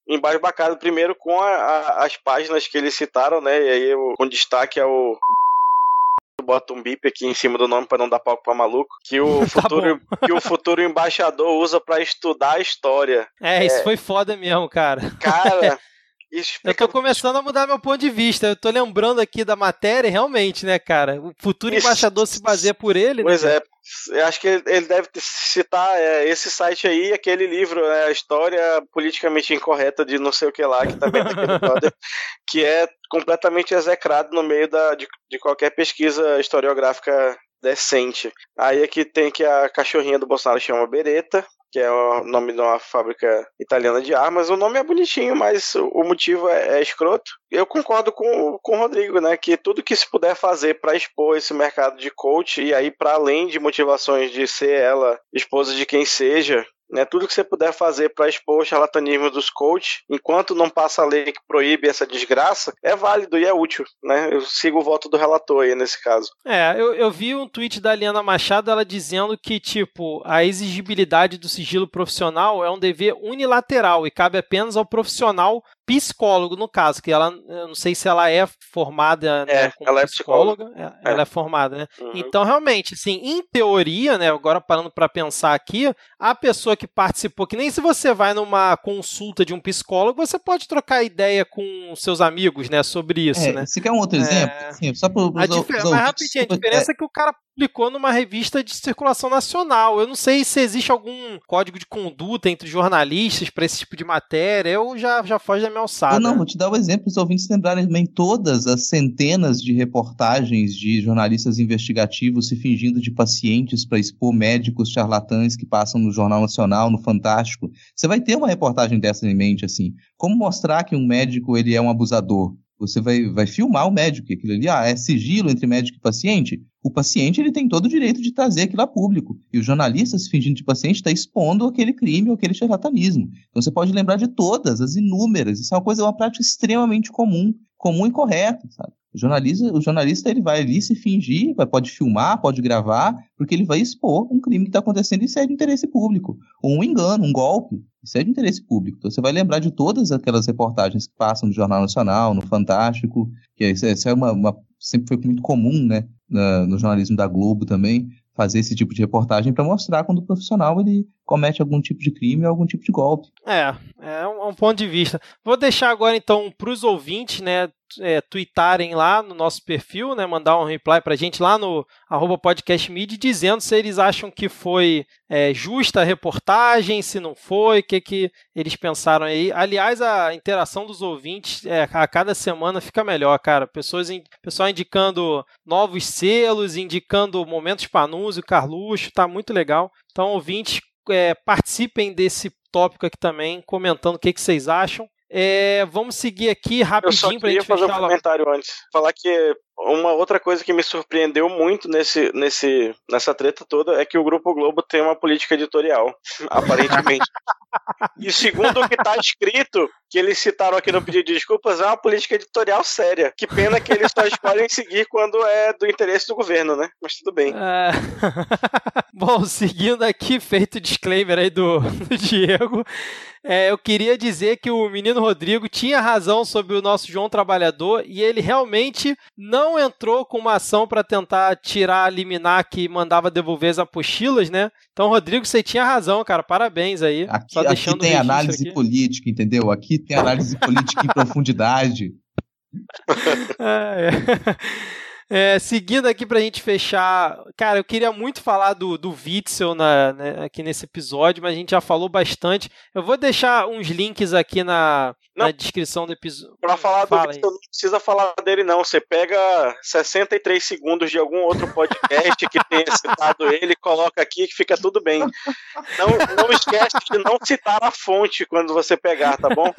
embasbacado primeiro com a, a, as páginas que eles citaram, né? E aí o, com destaque ao bota um bip aqui em cima do nome para não dar palco pra maluco, que o futuro, tá que o futuro embaixador usa para estudar a história. É, isso é... foi foda mesmo, cara. Cara, isso eu tô começando a mudar meu ponto de vista. Eu tô lembrando aqui da matéria, realmente, né, cara? O futuro isso... embaixador se baseia por ele, pois né? Pois é. Eu acho que ele deve citar é, esse site aí, aquele livro, é, a história politicamente incorreta de não sei o que lá, que também tá aquele brother, que é completamente execrado no meio da, de, de qualquer pesquisa historiográfica decente. Aí aqui tem que a cachorrinha do Bolsonaro chama Beretta, que é o nome de uma fábrica italiana de armas. O nome é bonitinho, mas o motivo é, é escroto. Eu concordo com, com o Rodrigo, né, que tudo que se puder fazer para expor esse mercado de coach, e aí para além de motivações de ser ela esposa de quem seja, né, tudo que você puder fazer para expor o charlatanismo dos coaches, enquanto não passa a lei que proíbe essa desgraça, é válido e é útil, né? Eu sigo o voto do relator aí nesse caso. É, eu, eu vi um tweet da Liana Machado, ela dizendo que, tipo, a exigibilidade do sigilo profissional é um dever unilateral e cabe apenas ao profissional psicólogo, no caso, que ela, eu não sei se ela é formada, né, é, como ela psicóloga, é psicóloga. ela é. é formada, né? Uhum. Então, realmente, assim, em teoria, né, agora parando para pensar aqui, a pessoa que participou, que nem se você vai numa consulta de um psicólogo, você pode trocar ideia com seus amigos, né, sobre isso, é, né? Você quer um outro exemplo? É... Assim, só para os Mas rapidinho, a diferença é... é que o cara publicou numa revista de circulação nacional. Eu não sei se existe algum código de conduta entre jornalistas para esse tipo de matéria. Eu já, já foge da minha alçada. Eu não, vou te dar o um exemplo para os ouvintes lembrarem também todas as centenas de reportagens de jornalistas investigativos se fingindo de pacientes para expor médicos charlatães que passam no Jornal Nacional, no Fantástico. Você vai ter uma reportagem dessa em mente, assim. Como mostrar que um médico ele é um abusador? Você vai, vai filmar o médico, aquilo ali, ah, é sigilo entre médico e paciente. O paciente ele tem todo o direito de trazer aquilo a público. E o jornalista, se fingindo de paciente, está expondo aquele crime ou aquele charlatanismo. Então você pode lembrar de todas, as inúmeras. Isso é uma coisa, uma prática extremamente comum, comum e correta, sabe? O jornalista, o jornalista ele vai ali se fingir, vai, pode filmar, pode gravar, porque ele vai expor um crime que está acontecendo e isso é de interesse público. Ou um engano, um golpe, isso é de interesse público. Então você vai lembrar de todas aquelas reportagens que passam no Jornal Nacional, no Fantástico, que isso é uma, uma, sempre foi muito comum, né, na, no jornalismo da Globo também, fazer esse tipo de reportagem para mostrar quando o profissional ele comete algum tipo de crime ou algum tipo de golpe. É, é um, um ponto de vista. Vou deixar agora então para os ouvintes, né, é, tweetarem lá no nosso perfil, né, mandar um reply para a gente lá no arroba podcastmid, dizendo se eles acham que foi é, justa a reportagem, se não foi, o que, que eles pensaram aí. Aliás, a interação dos ouvintes é, a cada semana fica melhor, cara. Pessoas, pessoal indicando novos selos, indicando momentos Panunzio, Carluxo, tá muito legal. Então, ouvintes, é, participem desse tópico aqui também, comentando o que, que vocês acham. É, vamos seguir aqui rapidinho para a gente fazer fechar um comentário lá. Antes. Falar que uma outra coisa que me surpreendeu muito nesse, nesse, nessa treta toda é que o Grupo Globo tem uma política editorial, aparentemente. E segundo o que está escrito, que eles citaram aqui no pedido de desculpas, é uma política editorial séria. Que pena que eles só escolhem seguir quando é do interesse do governo, né? Mas tudo bem. É... Bom, seguindo aqui, feito o disclaimer aí do, do Diego, é, eu queria dizer que o menino Rodrigo tinha razão sobre o nosso João Trabalhador e ele realmente não entrou com uma ação para tentar tirar a liminar que mandava devolver as apostilas, né? Então, Rodrigo, você tinha razão, cara. Parabéns aí. Aqui, Só deixando aqui tem análise aqui. política, entendeu? Aqui tem análise política em profundidade. É, é. É, seguindo aqui pra gente fechar, cara, eu queria muito falar do, do Witzel na, né, aqui nesse episódio, mas a gente já falou bastante. Eu vou deixar uns links aqui na, na descrição do episódio. Pra falar Fala do Witzel, não precisa falar dele não, você pega sessenta e três segundos de algum outro podcast que tenha citado ele, coloca aqui que fica tudo bem. Não, não esquece de não citar a fonte quando você pegar, tá bom?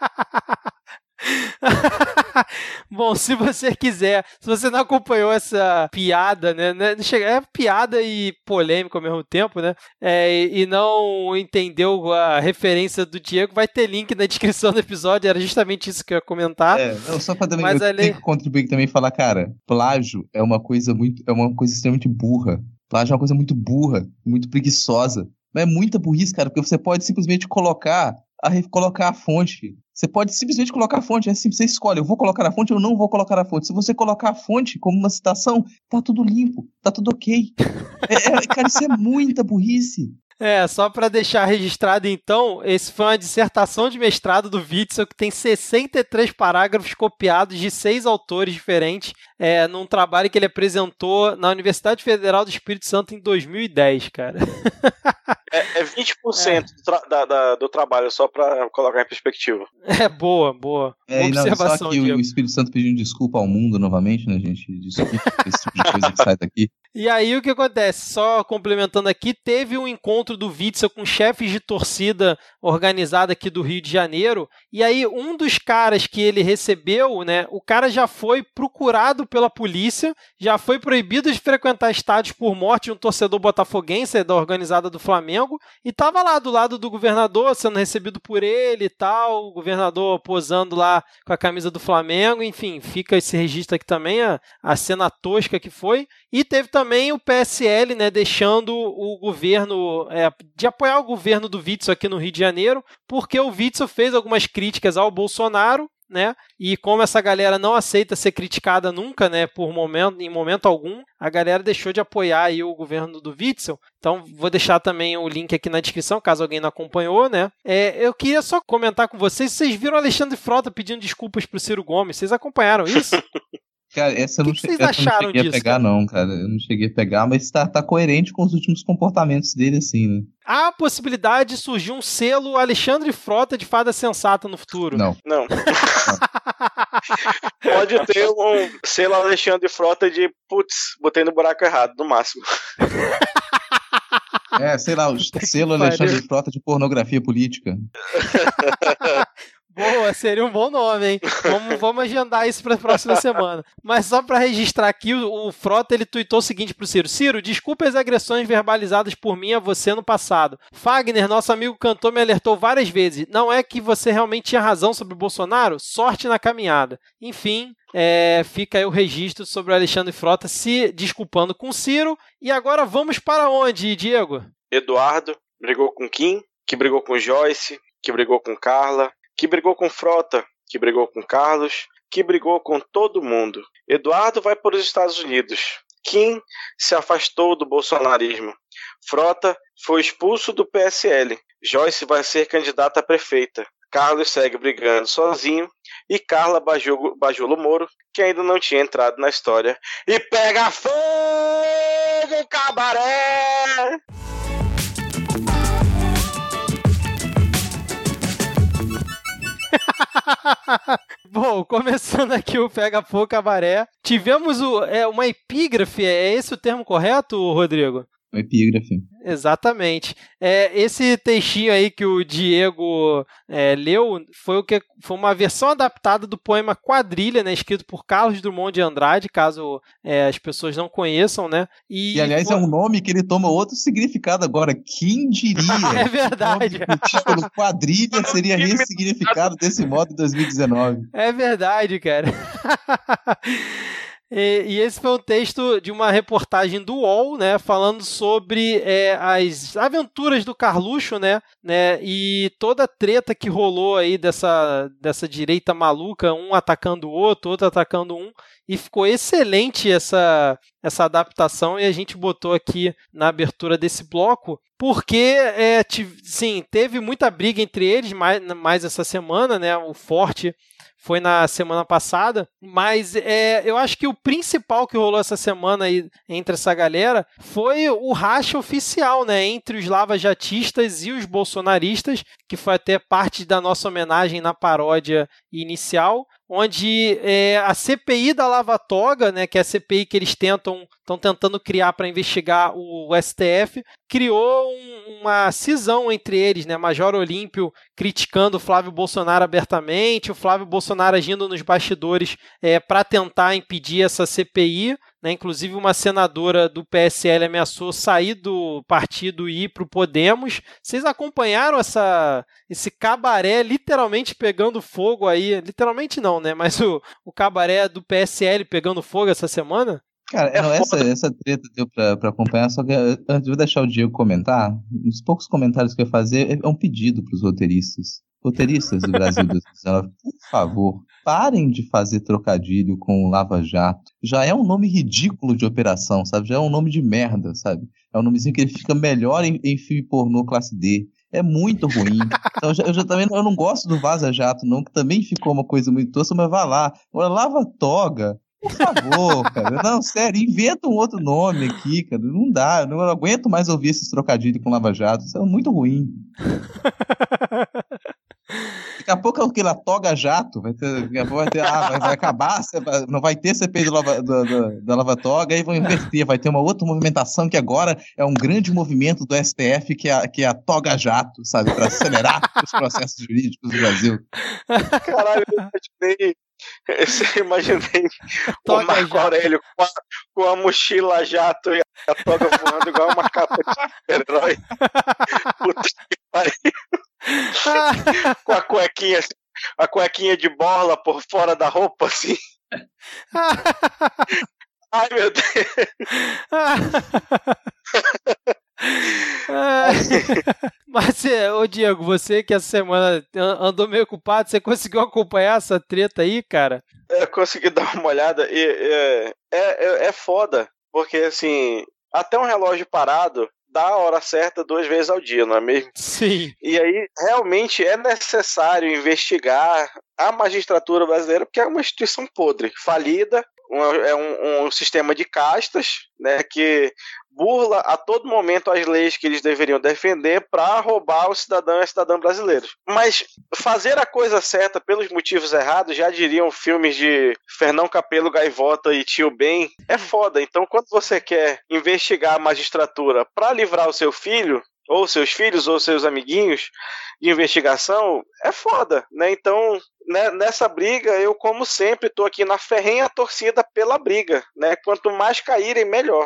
Bom, se você quiser, se você não acompanhou essa piada, né, é piada e polêmica ao mesmo tempo, né, é, e não entendeu a referência do Diego, vai ter link na descrição do episódio, era justamente isso que eu ia comentar. É, não, só para também, Mas eu ali... tenho que contribuir também e falar, cara, plágio é uma coisa muito, é uma coisa extremamente burra. Plágio é uma coisa muito burra, muito preguiçosa. Mas é muita burrice, cara, porque você pode simplesmente colocar a, colocar a fonte Você pode simplesmente colocar a fonte, é assim, você escolhe, eu vou colocar a fonte ou não vou colocar a fonte. Se você colocar a fonte como uma citação, tá tudo limpo, tá tudo ok. É, é, cara, isso é muita burrice. É, só para deixar registrado então, esse foi uma dissertação de mestrado do Witzel que tem sessenta e três parágrafos copiados de seis autores diferentes, é, num trabalho que ele apresentou na Universidade Federal do Espírito Santo em dois mil e dez, cara. É, é vinte por cento é. Do, tra- da, da, do trabalho, só para colocar em perspectiva. É, boa, boa. É, boa e não, observação, só que Diego. o Espírito Santo pedindo desculpa ao mundo novamente, né, gente? Desculpa esse tipo de coisa que sai daqui. E aí o que acontece? Só complementando aqui, teve um encontro do Witzel com chefes de torcida organizada aqui do Rio de Janeiro, e aí um dos caras que ele recebeu, né, o cara já foi procurado pela polícia, já foi proibido de frequentar estádios por morte de um torcedor botafoguense da organizada do Flamengo, e estava lá do lado do governador, sendo recebido por ele e tal, o governador posando lá com a camisa do Flamengo, enfim, fica esse registro aqui também, a, a cena tosca que foi, e teve também o P S L, né, deixando o governo, é, de apoiar o governo do Witzel aqui no Rio de Janeiro, porque o Witzel fez algumas críticas ao Bolsonaro, né, e como essa galera não aceita ser criticada nunca, né, por momento, em momento algum, a galera deixou de apoiar aí o governo do Witzel. Então, vou deixar também o link aqui na descrição, caso alguém não acompanhou, né. É, eu queria só comentar com vocês, vocês viram o Alexandre Frota pedindo desculpas pro Ciro Gomes, vocês acompanharam isso? Cara, essa eu não, que che- que vocês essa eu não acharam cheguei disso, a pegar, cara? não, cara. Eu não cheguei a pegar, mas tá, tá coerente com os últimos comportamentos dele, assim, né? Há a possibilidade de surgir um selo Alexandre Frota de fada sensata no futuro. Não. Não. Pode ter um selo Alexandre Frota de putz, botei no buraco errado, no máximo. É, sei lá, o selo Alexandre Frota de pornografia política. Boa, seria um bom nome, hein? Vamos, vamos agendar isso para a próxima semana. Mas só para registrar aqui, o, o Frota ele tuitou o seguinte pro Ciro. Ciro, desculpe as agressões verbalizadas por mim a você no passado. Fagner, nosso amigo cantor, me alertou várias vezes. Não é que você realmente tinha razão sobre o Bolsonaro? Sorte na caminhada. Enfim, é, fica aí o registro sobre o Alexandre Frota se desculpando com o Ciro. E agora vamos para onde, Diego? Eduardo brigou com Kim, que brigou com Joyce, que brigou com Carla, que brigou com Frota, que brigou com Carlos, que brigou com todo mundo. Eduardo vai para os Estados Unidos. Kim se afastou do bolsonarismo. Frota foi expulso do P S L. Joyce vai ser candidata a prefeita. Carlos segue brigando sozinho. E Carla Bajulo, Bajulo Moro, que ainda não tinha entrado na história. E pega fogo, cabaré! Bom, começando aqui o Pega Fogo Cabaré, tivemos o, é, uma epígrafe, é esse o termo correto, Rodrigo? Um epígrafe. Exatamente. É, esse textinho aí que o Diego é, leu foi, o que, foi uma versão adaptada do poema Quadrilha, né, escrito por Carlos Drummond de Andrade, caso é, as pessoas não conheçam, né? E, e aliás, foi... é um nome que ele toma outro significado agora. Quem diria? É verdade. O, o título Quadrilha seria ressignificado desse modo em dois mil e dezenove. É verdade, cara. E, e esse foi um texto de uma reportagem do U O L, né, falando sobre é, as aventuras do Carluxo, né, né, e toda a treta que rolou aí dessa, dessa direita maluca, um atacando o outro, outro atacando um, e ficou excelente essa, essa adaptação e a gente botou aqui na abertura desse bloco, porque é, sim, teve muita briga entre eles mais, mais essa semana, né, o Forte foi na semana passada, mas é, eu acho que o principal que rolou essa semana aí entre essa galera foi o racha oficial, né, entre os lavajatistas e os bolsonaristas, que foi até parte da nossa homenagem na paródia inicial, onde é, a C P I da Lava Toga, né, que é a C P I que eles tentam estão tentando criar para investigar o S T F, criou um, uma cisão entre eles, né, Major Olímpio criticando o Flávio Bolsonaro abertamente, o Flávio Bolsonaro agindo nos bastidores é, para tentar impedir essa C P I, né, inclusive uma senadora do P S L ameaçou sair do partido e ir para o Podemos. Vocês acompanharam essa, esse cabaré literalmente pegando fogo aí? Literalmente não, né? Mas o, o cabaré do P S L pegando fogo essa semana? Cara, é não, essa, essa treta deu pra, pra acompanhar, só que eu, eu vou deixar o Diego comentar. Os poucos comentários que eu ia fazer é um pedido pros roteiristas. roteiristas do Brasil dois mil e dezenove, por favor, parem de fazer trocadilho com o Lava Jato. Já é um nome ridículo de operação, sabe? Já é um nome de merda, sabe? É um nomezinho que ele fica melhor em, em filme pornô classe D. É muito ruim. Então, eu, já, eu já também eu não gosto do Vaza Jato, não, que também ficou uma coisa muito tosca, mas vai lá. Agora, Lava Toga, por favor, cara. Não, sério, inventa um outro nome aqui, cara. Não dá, eu não aguento mais ouvir esses trocadilhos com Lava Jato. Isso é muito ruim. Daqui a pouco é o que lá, Toga Jato, vai ter, daqui a pouco vai ter, ah, vai, vai acabar, não vai ter C P I do Lava, do, do, da Lava Toga, aí vão inverter, vai ter uma outra movimentação que agora é um grande movimento do S T F, que é a, que é a Toga Jato, sabe, para acelerar os processos jurídicos do Brasil. Caralho, eu imaginei, eu imaginei o Marco Aurélio com a, com a mochila jato e a toga voando igual uma capa de super-herói. Puta que pariu. Com a cuequinha, a cuequinha de bola por fora da roupa, assim. Ai, meu Deus. Mas, ô Diego, você que essa semana andou meio ocupado, você conseguiu acompanhar essa treta aí, cara? Eu consegui dar uma olhada e é, é, é foda, porque assim, até um relógio parado dá a hora certa duas vezes ao dia, não é mesmo? Sim. E aí, realmente é necessário investigar a magistratura brasileira, porque é uma instituição podre, falida, uma, é um, um sistema de castas, né, que burla a todo momento as leis que eles deveriam defender para roubar o cidadão e a cidadã brasileiros. Mas fazer a coisa certa pelos motivos errados, já diriam filmes de Fernão Capelo, Gaivota e Tio Ben, é foda. Então, quando você quer investigar a magistratura para livrar o seu filho, ou seus filhos, ou seus amiguinhos de investigação, é foda, né? Então, né, nessa briga, eu, como sempre, tô aqui na ferrenha torcida pela briga, né? Quanto mais caírem, melhor.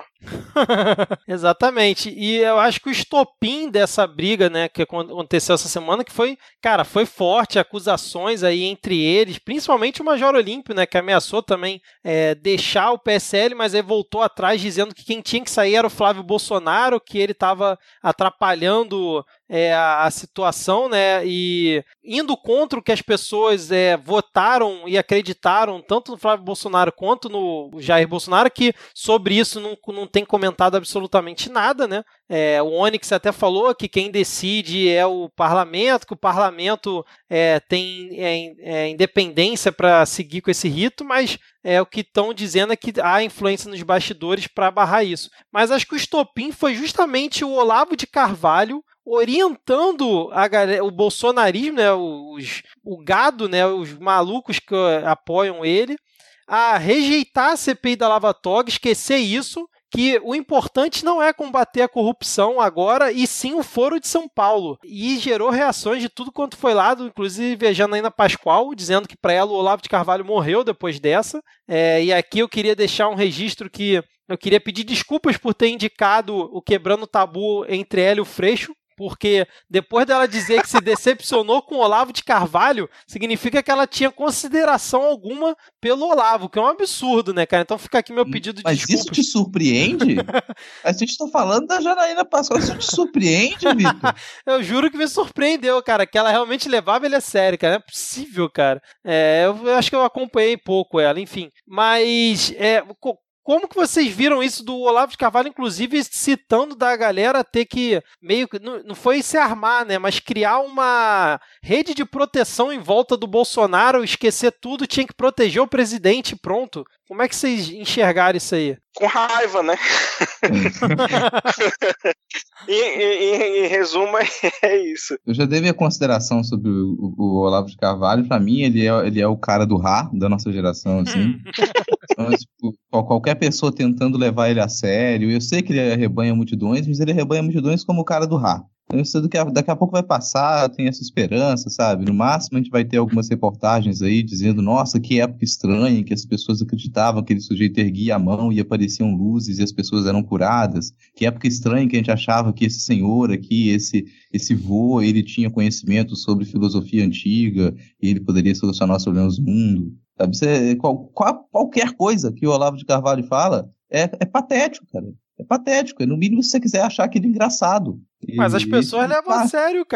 Exatamente. E eu acho que o estopim dessa briga, né, que aconteceu essa semana, que foi, cara, foi forte, acusações aí entre eles, principalmente o Major Olímpio, né, que ameaçou também é, deixar o P S L, mas aí voltou atrás dizendo que quem tinha que sair era o Flávio Bolsonaro, que ele estava atrapalhando é, a, a situação, né, e indo contra o que as pessoas é, votaram e acreditaram, tanto no Flávio Bolsonaro quanto no Jair Bolsonaro, que sobre isso não, não tem comentado absolutamente nada, né? É, o Onyx até falou que quem decide é o parlamento, que o parlamento é, tem é, é, independência para seguir com esse rito, mas é, o que estão dizendo é que há influência nos bastidores para barrar isso. Mas acho que o estopim foi justamente o Olavo de Carvalho orientando a galera, o bolsonarismo, né, os, o gado, né, os malucos que apoiam ele, a rejeitar a C P I da Lava Toga, esquecer isso, que o importante não é combater a corrupção agora, e sim o Foro de São Paulo. E gerou reações de tudo quanto foi lá, inclusive a Janaína Pascoal, dizendo que para ela o Olavo de Carvalho morreu depois dessa. É, e aqui eu queria deixar um registro que eu queria pedir desculpas por ter indicado o Quebrando o Tabu entre ela e o Freixo, porque depois dela dizer que se decepcionou com o Olavo de Carvalho, significa que ela tinha consideração alguma pelo Olavo, que é um absurdo, né, cara? Então fica aqui meu pedido de Mas desculpas. Mas isso te surpreende? A gente tá falando da Janaína Pascoal, isso te surpreende, Vitor? Eu juro que me surpreendeu, cara, que ela realmente levava ele a sério, cara. Não é possível, cara. É, eu, eu acho que eu acompanhei pouco ela, enfim. Mas... É, como que vocês viram isso do Olavo de Carvalho, inclusive citando da galera ter que meio que, não, não foi se armar, né, mas criar uma rede de proteção em volta do Bolsonaro, esquecer tudo, tinha que proteger o presidente, pronto. Como é que vocês enxergaram isso aí? Com raiva, né? em, em, em resumo, é isso. Eu já dei minha consideração sobre o, o Olavo de Carvalho. Pra mim, ele é, ele é o cara do Rá, da nossa geração, assim. Então, tipo, qualquer pessoa tentando levar ele a sério. Eu sei que ele arrebanha multidões, mas ele arrebanha multidões como o cara do Rá. Eu sei que daqui a pouco vai passar, tem essa esperança, sabe? No máximo a gente vai ter algumas reportagens aí dizendo, nossa, que época estranha, que as pessoas acreditavam que aquele sujeito erguia a mão e apareciam luzes e as pessoas eram curadas. Que época estranha que a gente achava que esse senhor aqui, esse, esse vô, ele tinha conhecimento sobre filosofia antiga e ele poderia solucionar os problemas do mundo. Sabe? Você, qual, qual, qualquer coisa que o Olavo de Carvalho fala é, é patético, cara. É patético. É no mínimo se você quiser achar aquele engraçado. Mas as pessoas e, levam claro, a sério, cara.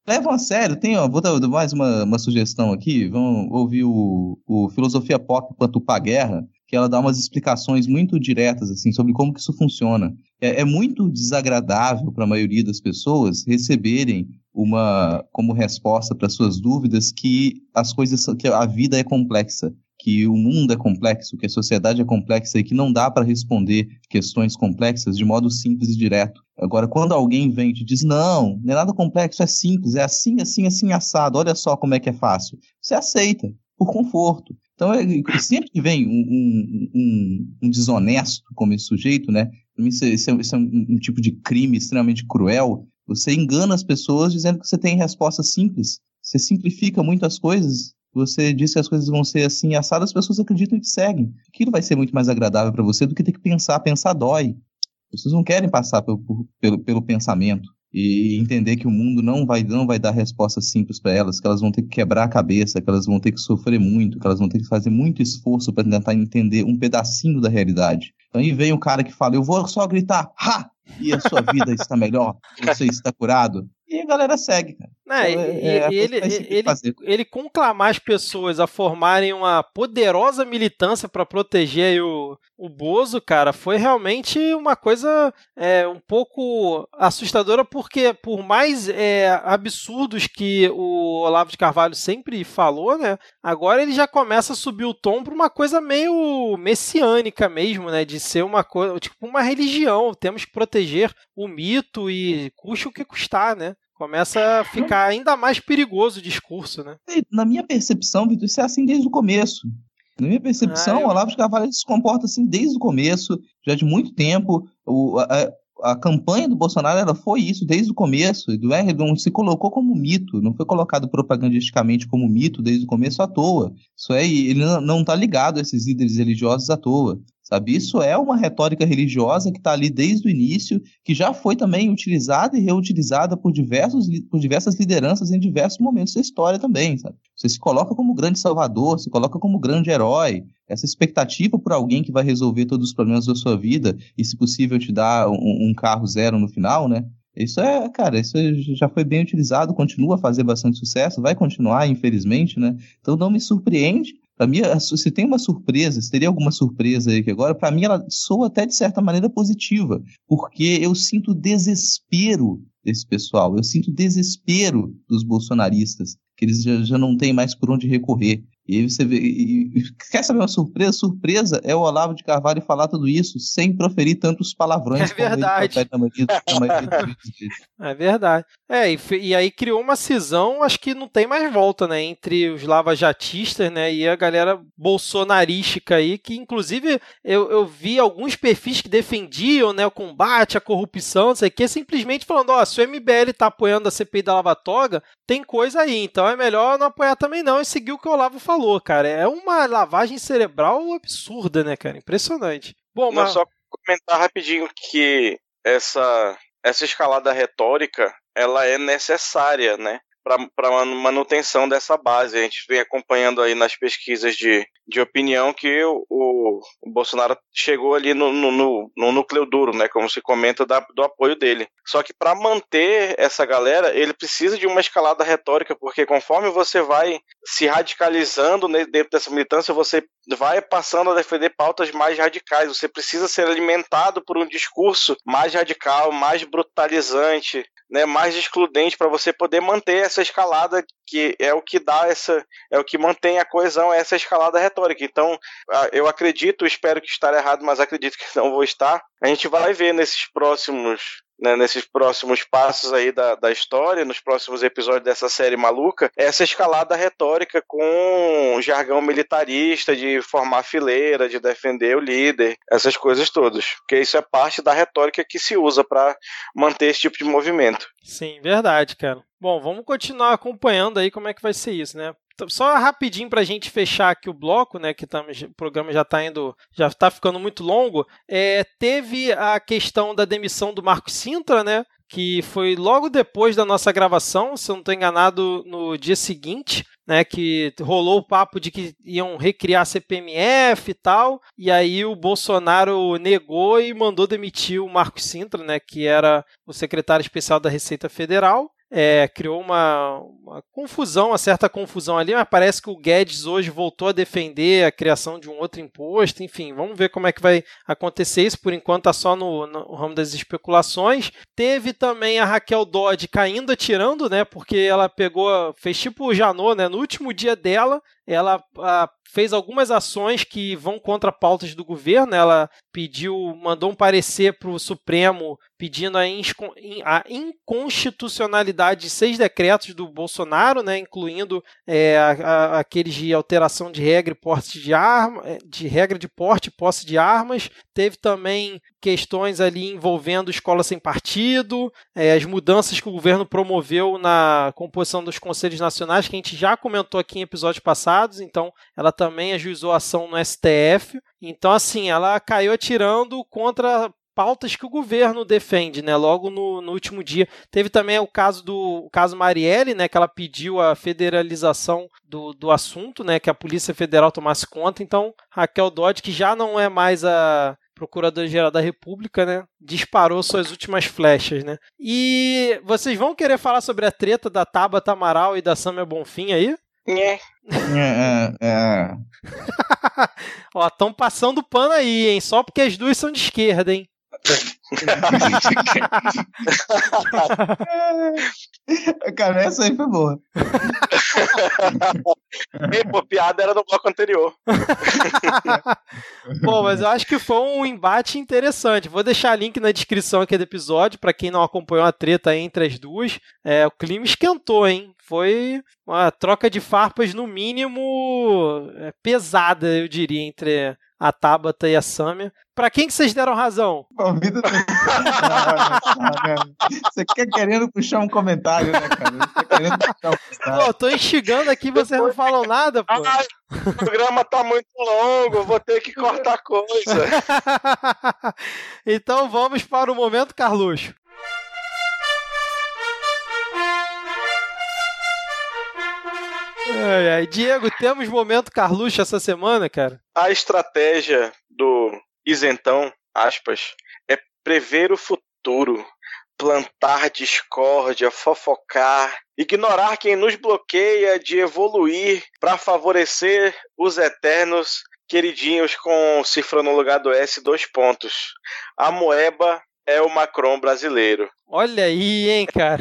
levam a sério. Tem, ó, vou dar mais uma, uma sugestão aqui. Vamos ouvir o, o Filosofia Pop quanto Pra Guerra, que ela dá umas explicações muito diretas assim, sobre como que isso funciona. É, é muito desagradável para a maioria das pessoas receberem uma, como resposta para suas dúvidas que as coisas, que a vida é complexa, que o mundo é complexo, que a sociedade é complexa e que não dá para responder questões complexas de modo simples e direto. Agora, quando alguém vem e te diz, não, não é nada complexo, é simples, é assim, assim, assim, assado, olha só como é que é fácil. Você aceita, por conforto. Então, é, sempre que vem um, um, um, um desonesto como esse sujeito, né? Isso, isso, é, isso é um, um tipo de crime extremamente cruel. Você engana as pessoas dizendo que você tem respostas simples. Você simplifica muito as coisas. Você diz que as coisas vão ser assim assadas, as pessoas acreditam e te seguem. Aquilo vai ser muito mais agradável para você do que ter que pensar. Pensar dói. As pessoas não querem passar pelo, pelo, pelo pensamento e entender que o mundo não vai, não vai dar respostas simples para elas, que elas vão ter que quebrar a cabeça, que elas vão ter que sofrer muito, que elas vão ter que fazer muito esforço para tentar entender um pedacinho da realidade. Então aí vem o cara que fala, eu vou só gritar, ha! E a sua vida está melhor, você está curado. E a galera segue, cara. Não, então, é, é ele, ele, ele conclamar as pessoas a formarem uma poderosa militância para proteger o, o Bozo, cara, foi realmente uma coisa é, um pouco assustadora, porque por mais é, absurdos que o Olavo de Carvalho sempre falou, né, agora ele já começa a subir o tom para uma coisa meio messiânica mesmo, né, de ser uma coisa, tipo uma religião, temos que proteger o mito e custe o que custar, né? Começa a ficar ainda mais perigoso o discurso, né? Na minha percepção, Vitor, isso é assim desde o começo. Na minha percepção, ah, eu... o Olavo de Carvalho se comporta assim desde o começo, já de muito tempo. O, a, a campanha do Bolsonaro ela foi isso desde o começo. Ele não se colocou como mito, não foi colocado propagandisticamente como mito desde o começo à toa. Isso é, ele não está ligado a esses líderes religiosos à toa. Sabe? Isso é uma retórica religiosa que está ali desde o início, que já foi também utilizada e reutilizada por, diversos, por diversas lideranças em diversos momentos da história também. Sabe? Você se coloca como grande salvador, se coloca como grande herói. Essa expectativa por alguém que vai resolver todos os problemas da sua vida e, se possível, te dar um, um carro zero no final, né? Isso é, cara, isso já foi bem utilizado, continua a fazer bastante sucesso, vai continuar, infelizmente, né? Então não me surpreende. Para mim, se tem uma surpresa, se teria alguma surpresa aí que agora, para mim ela soa até de certa maneira positiva, porque eu sinto desespero desse pessoal, eu sinto desespero dos bolsonaristas, que eles já, já não têm mais por onde recorrer. E aí você vê, e, e, quer saber uma surpresa? Surpresa é o Olavo de Carvalho falar tudo isso sem proferir tantos palavrões. É verdade. Na maioria, na maioria é verdade. É, e, e aí criou uma cisão, acho que não tem mais volta, né, entre os lavajatistas, né, e a galera bolsonarística aí, que inclusive eu, eu vi alguns perfis que defendiam, né, o combate à corrupção, não sei o que, simplesmente falando, ó, se o M B L tá apoiando a C P I da Lava Toga, tem coisa aí, então é melhor não apoiar também não e seguir o que o Olavo falou. Falou, cara, é uma lavagem cerebral absurda, né, cara? Impressionante. Bom, mas mas... só comentar rapidinho que essa, essa escalada retórica, ela é necessária, né, para a manutenção dessa base. A gente vem acompanhando aí nas pesquisas de, de opinião que o, o, o Bolsonaro chegou ali no, no, no, no núcleo duro, né, como se comenta, da, do apoio dele. Só que para manter essa galera, ele precisa de uma escalada retórica, porque conforme você vai se radicalizando dentro dessa militância, você vai passando a defender pautas mais radicais. Você precisa ser alimentado por um discurso mais radical, mais brutalizante, né, mais excludente, para você poder manter essa escalada, que é o que dá essa, é o que mantém a coesão, essa escalada retórica. Então, eu acredito, espero que estar errado, mas acredito que não vou estar. A gente vai ver nesses próximos, né, nesses próximos passos aí da, da história, nos próximos episódios dessa série maluca, essa escalada retórica com jargão militarista, de formar fileira, de defender o líder, essas coisas todas. Porque isso é parte da retórica que se usa para manter esse tipo de movimento. Sim, verdade, cara. Bom, vamos continuar acompanhando aí como é que vai ser isso, né? Só rapidinho para a gente fechar aqui o bloco, né, que tamo, o programa já está indo, já está ficando muito longo. É, teve a questão da demissão do Marcos Sintra, né, que foi logo depois da nossa gravação, se eu não estou enganado, no dia seguinte, né, que rolou o papo de que iam recriar a C P M F e tal, e aí o Bolsonaro negou e mandou demitir o Marcos Sintra, né, que era o secretário especial da Receita Federal. é, criou uma, uma confusão, uma certa confusão ali, mas parece que o Guedes hoje voltou a defender a criação de um outro imposto, enfim, vamos ver como é que vai acontecer isso, por enquanto está só no, no ramo das especulações. Teve também a Raquel Dodge caindo atirando, né, porque ela pegou, fez tipo o Janot, né, no último dia dela, ela a, fez algumas ações que vão contra pautas do governo, ela pediu, mandou um parecer para o Supremo pedindo a, insco, a inconstitucionalidade de seis decretos do Bolsonaro, né, incluindo é, a, a, aqueles de alteração de regra e porte de arma, de regra de porte e posse de armas. Teve também questões ali envolvendo escola sem partido, é, as mudanças que o governo promoveu na composição dos conselhos nacionais, que a gente já comentou aqui em episódios passados, então ela também ajuizou ação no S T F. Então, assim, ela caiu atirando contra pautas que o governo defende, né? Logo no, no último dia. Teve também o caso do o caso Marielle, né? Que ela pediu a federalização do, do assunto, né? Que a Polícia Federal tomasse conta. Então, Raquel Dodge, que já não é mais a Procuradora-Geral da República, né? Disparou suas últimas flechas, né? E vocês vão querer falar sobre a treta da Tabata Amaral e da Sâmia Bonfim aí? É. É, é, é. Ó, estão passando pano aí, hein? Só porque as duas são de esquerda, hein? Cara, essa aí foi boa. E, pô, piada era do bloco anterior. Bom, mas eu acho que foi um embate interessante. Vou deixar link na descrição aqui do episódio para quem não acompanhou a treta entre as duas. É, o clima esquentou, hein? Foi uma troca de farpas, no mínimo, pesada, eu diria, entre a Tabata e a Sâmia. Pra quem que vocês deram razão? Você quer querendo puxar um comentário, né, cara? Você tá querendo puxar um comentário. Pô, tô instigando aqui, vocês não falam nada, pô. Ai, o programa tá muito longo, vou ter que cortar coisa. Então vamos para o Momento Carluxo. Ai, ai. Diego, temos Momento Carluxo essa semana, cara? A estratégia do isentão, aspas, é prever o futuro, plantar discórdia, fofocar, ignorar quem nos bloqueia de evoluir para favorecer os eternos queridinhos com cifra no lugar do S, dois pontos. A moeba é o Macron brasileiro. Olha aí, hein, cara?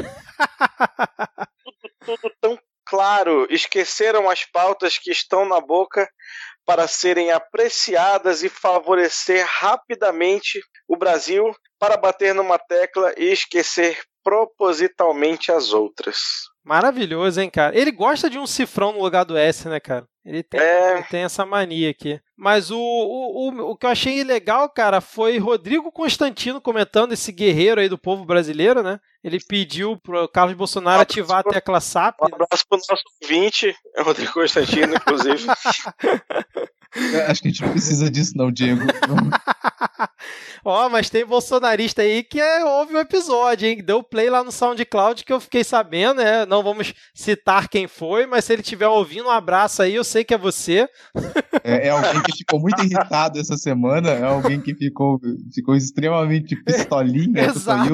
Tudo, tudo tão claro. Esqueceram as pautas que estão na boca para serem apreciadas e favorecer rapidamente o Brasil para bater numa tecla e esquecer propositalmente as outras. Maravilhoso, hein, cara? Ele gosta de um cifrão no lugar do S, né, cara? Ele tem, é... ele tem essa mania aqui. Mas o, o, o, o que eu achei legal, cara, foi Rodrigo Constantino comentando, esse guerreiro aí do povo brasileiro, né? Ele pediu pro Carlos Bolsonaro um ativar pro... a tecla S A P. Um abraço pro nosso ouvinte, Rodrigo Constantino, inclusive. Acho que a gente não precisa disso não, Diego. Ó, oh, mas tem bolsonarista aí que é, ouve o episódio, hein? Deu play lá no SoundCloud que eu fiquei sabendo, né? Não vamos citar quem foi, mas se ele estiver ouvindo, um abraço aí, eu sei que é você. É, é alguém que ficou muito irritado essa semana, é alguém que ficou, ficou extremamente pistolinha. Exato.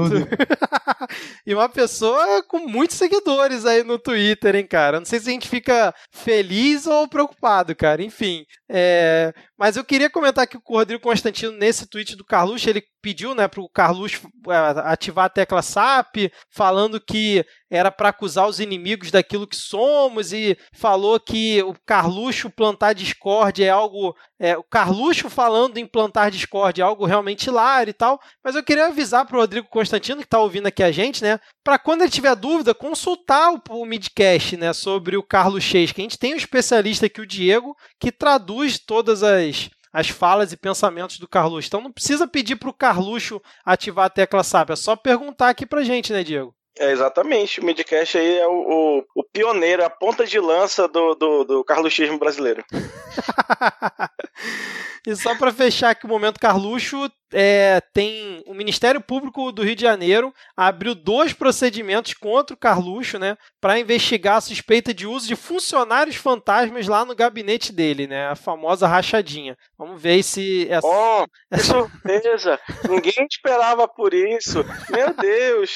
E uma pessoa com muitos seguidores aí no Twitter, hein, cara? Não sei se a gente fica feliz ou preocupado, cara. Enfim, é... mas eu queria comentar aqui com o Rodrigo Constantino, nesse tweet do Carluxo, ele pediu, né, para o Carluxo ativar a tecla S A P, falando que era para acusar os inimigos daquilo que somos, e falou que o Carluxo plantar discórdia é algo... É, o Carluxo falando em plantar discórdia é algo realmente hilário e tal, mas eu queria avisar para o Rodrigo Constantino, que está ouvindo aqui a gente, né, para quando ele tiver dúvida, consultar o, o midcast, né, sobre o Carlos Chase, que a gente tem um especialista aqui, o Diego, que traduz todas as... as falas e pensamentos do Carluxo. Então não precisa pedir para o Carluxo ativar a tecla S A P, é só perguntar aqui pra gente, né, Diego? É, exatamente, o Midcast aí é o, o, o pioneiro, a ponta de lança do, do, do carluxismo brasileiro. E só para fechar aqui o Momento Carluxo, é, tem o Ministério Público do Rio de Janeiro abriu dois procedimentos contra o Carluxo, né, para investigar a suspeita de uso de funcionários fantasmas lá no gabinete dele, né, a famosa rachadinha. Vamos ver se essa... Oh, que surpresa! Ninguém esperava por isso. Meu Deus!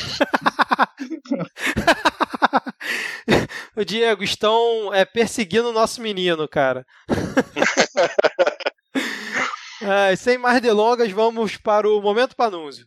O Diego, estão é, perseguindo o nosso menino, cara. Ah, sem mais delongas, vamos para o Momento Panúzio.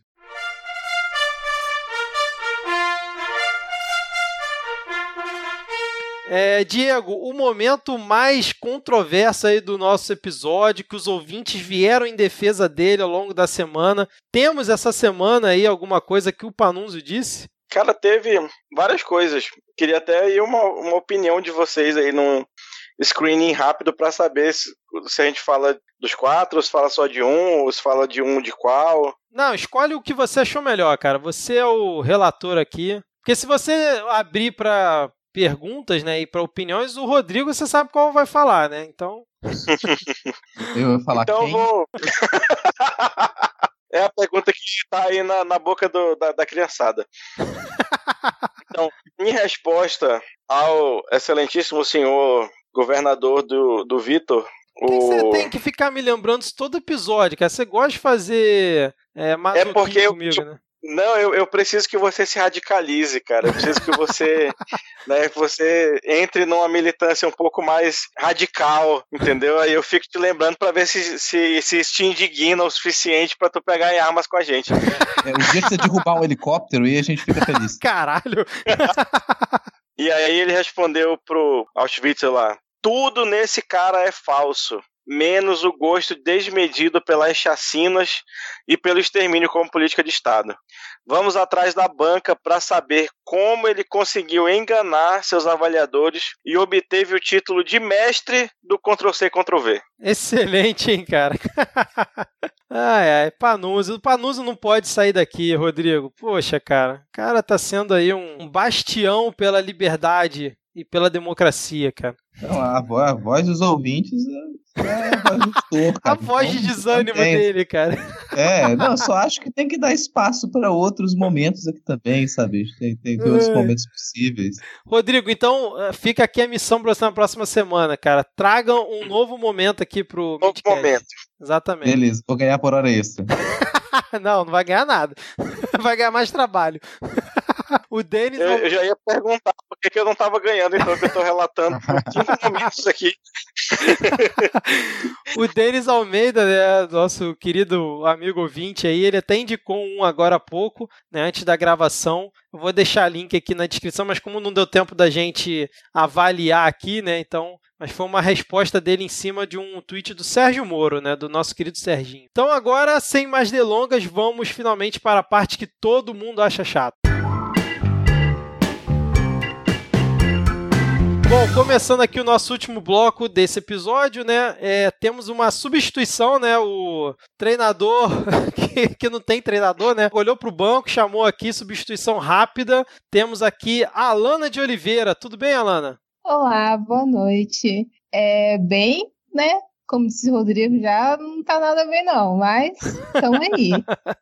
É, Diego, o momento mais controverso aí do nosso episódio, que os ouvintes vieram em defesa dele ao longo da semana. Temos essa semana aí alguma coisa que o Panunzio disse? Cara, teve várias coisas. Queria até aí uma, uma opinião de vocês aí num screening rápido para saber se, se a gente fala dos quatro, ou se fala só de um, ou se fala de um de qual. Não, escolhe o que você achou melhor, cara. Você é o relator aqui. Porque se você abrir para perguntas, né, e para opiniões, o Rodrigo você sabe qual vai falar, né? Então. Eu vou falar então quem? Vou... É a pergunta que está aí na, na boca do, da, da criançada. Então, em resposta ao excelentíssimo senhor governador do, do Vitor, o... Você tem que ficar me lembrando isso todo episódio, cara. Você gosta de fazer é, é porque eu, comigo, tipo, né? Não, eu, eu preciso que você se radicalize, cara. Eu preciso que você, né, que você entre numa militância um pouco mais radical, entendeu? Aí eu fico te lembrando pra ver se, se, se isso te indigna o suficiente pra tu pegar em armas com a gente. É, o dia que você derrubar um helicóptero e a gente fica feliz. Caralho! E aí ele respondeu pro Auschwitz lá: tudo nesse cara é falso, menos o gosto desmedido pelas chacinas e pelo extermínio como política de Estado. Vamos atrás da banca para saber como ele conseguiu enganar seus avaliadores e obteve o título de mestre do control C, control V. Excelente, hein, cara? Ai, ai, Panunzio. O Panunzio não pode sair daqui, Rodrigo. Poxa, cara. O cara tá sendo aí um bastião pela liberdade e pela democracia, cara. Não, a, voz, a voz dos ouvintes é, é a voz do Thor, cara. A voz então, de desânimo também. dele, cara. É, não, só acho que tem que dar espaço para outros momentos aqui também, sabe? Tem, tem outros é. momentos possíveis. Rodrigo, então fica aqui a missão para você na próxima semana, cara. Tragam um novo momento aqui pro Novo Midcast. momento. Exatamente. Beleza, vou ganhar por hora extra. Não, não vai ganhar nada. Vai ganhar mais trabalho. O Denis... Eu, eu já ia perguntar por que, que eu não tava ganhando, então, que eu tô relatando por cinco momentos aqui. O Denis Almeida, né, nosso querido amigo ouvinte aí, ele até indicou um agora há pouco, né, antes da gravação. Eu vou deixar link aqui na descrição, mas como não deu tempo da gente avaliar aqui, né, então... Mas foi uma resposta dele em cima de um tweet do Sérgio Moro, né, do nosso querido Serginho. Então agora, sem mais delongas, vamos finalmente para a parte que todo mundo acha chata. Bom, começando aqui o nosso último bloco desse episódio, né, é, temos uma substituição, né, o treinador, que, que não tem treinador, né, olhou para o banco, chamou aqui, substituição rápida, temos aqui a Alana de Oliveira. Tudo bem, Alana? Olá, boa noite. É, bem, né, como disse o Rodrigo, já não tá nada bem não, mas estamos aí.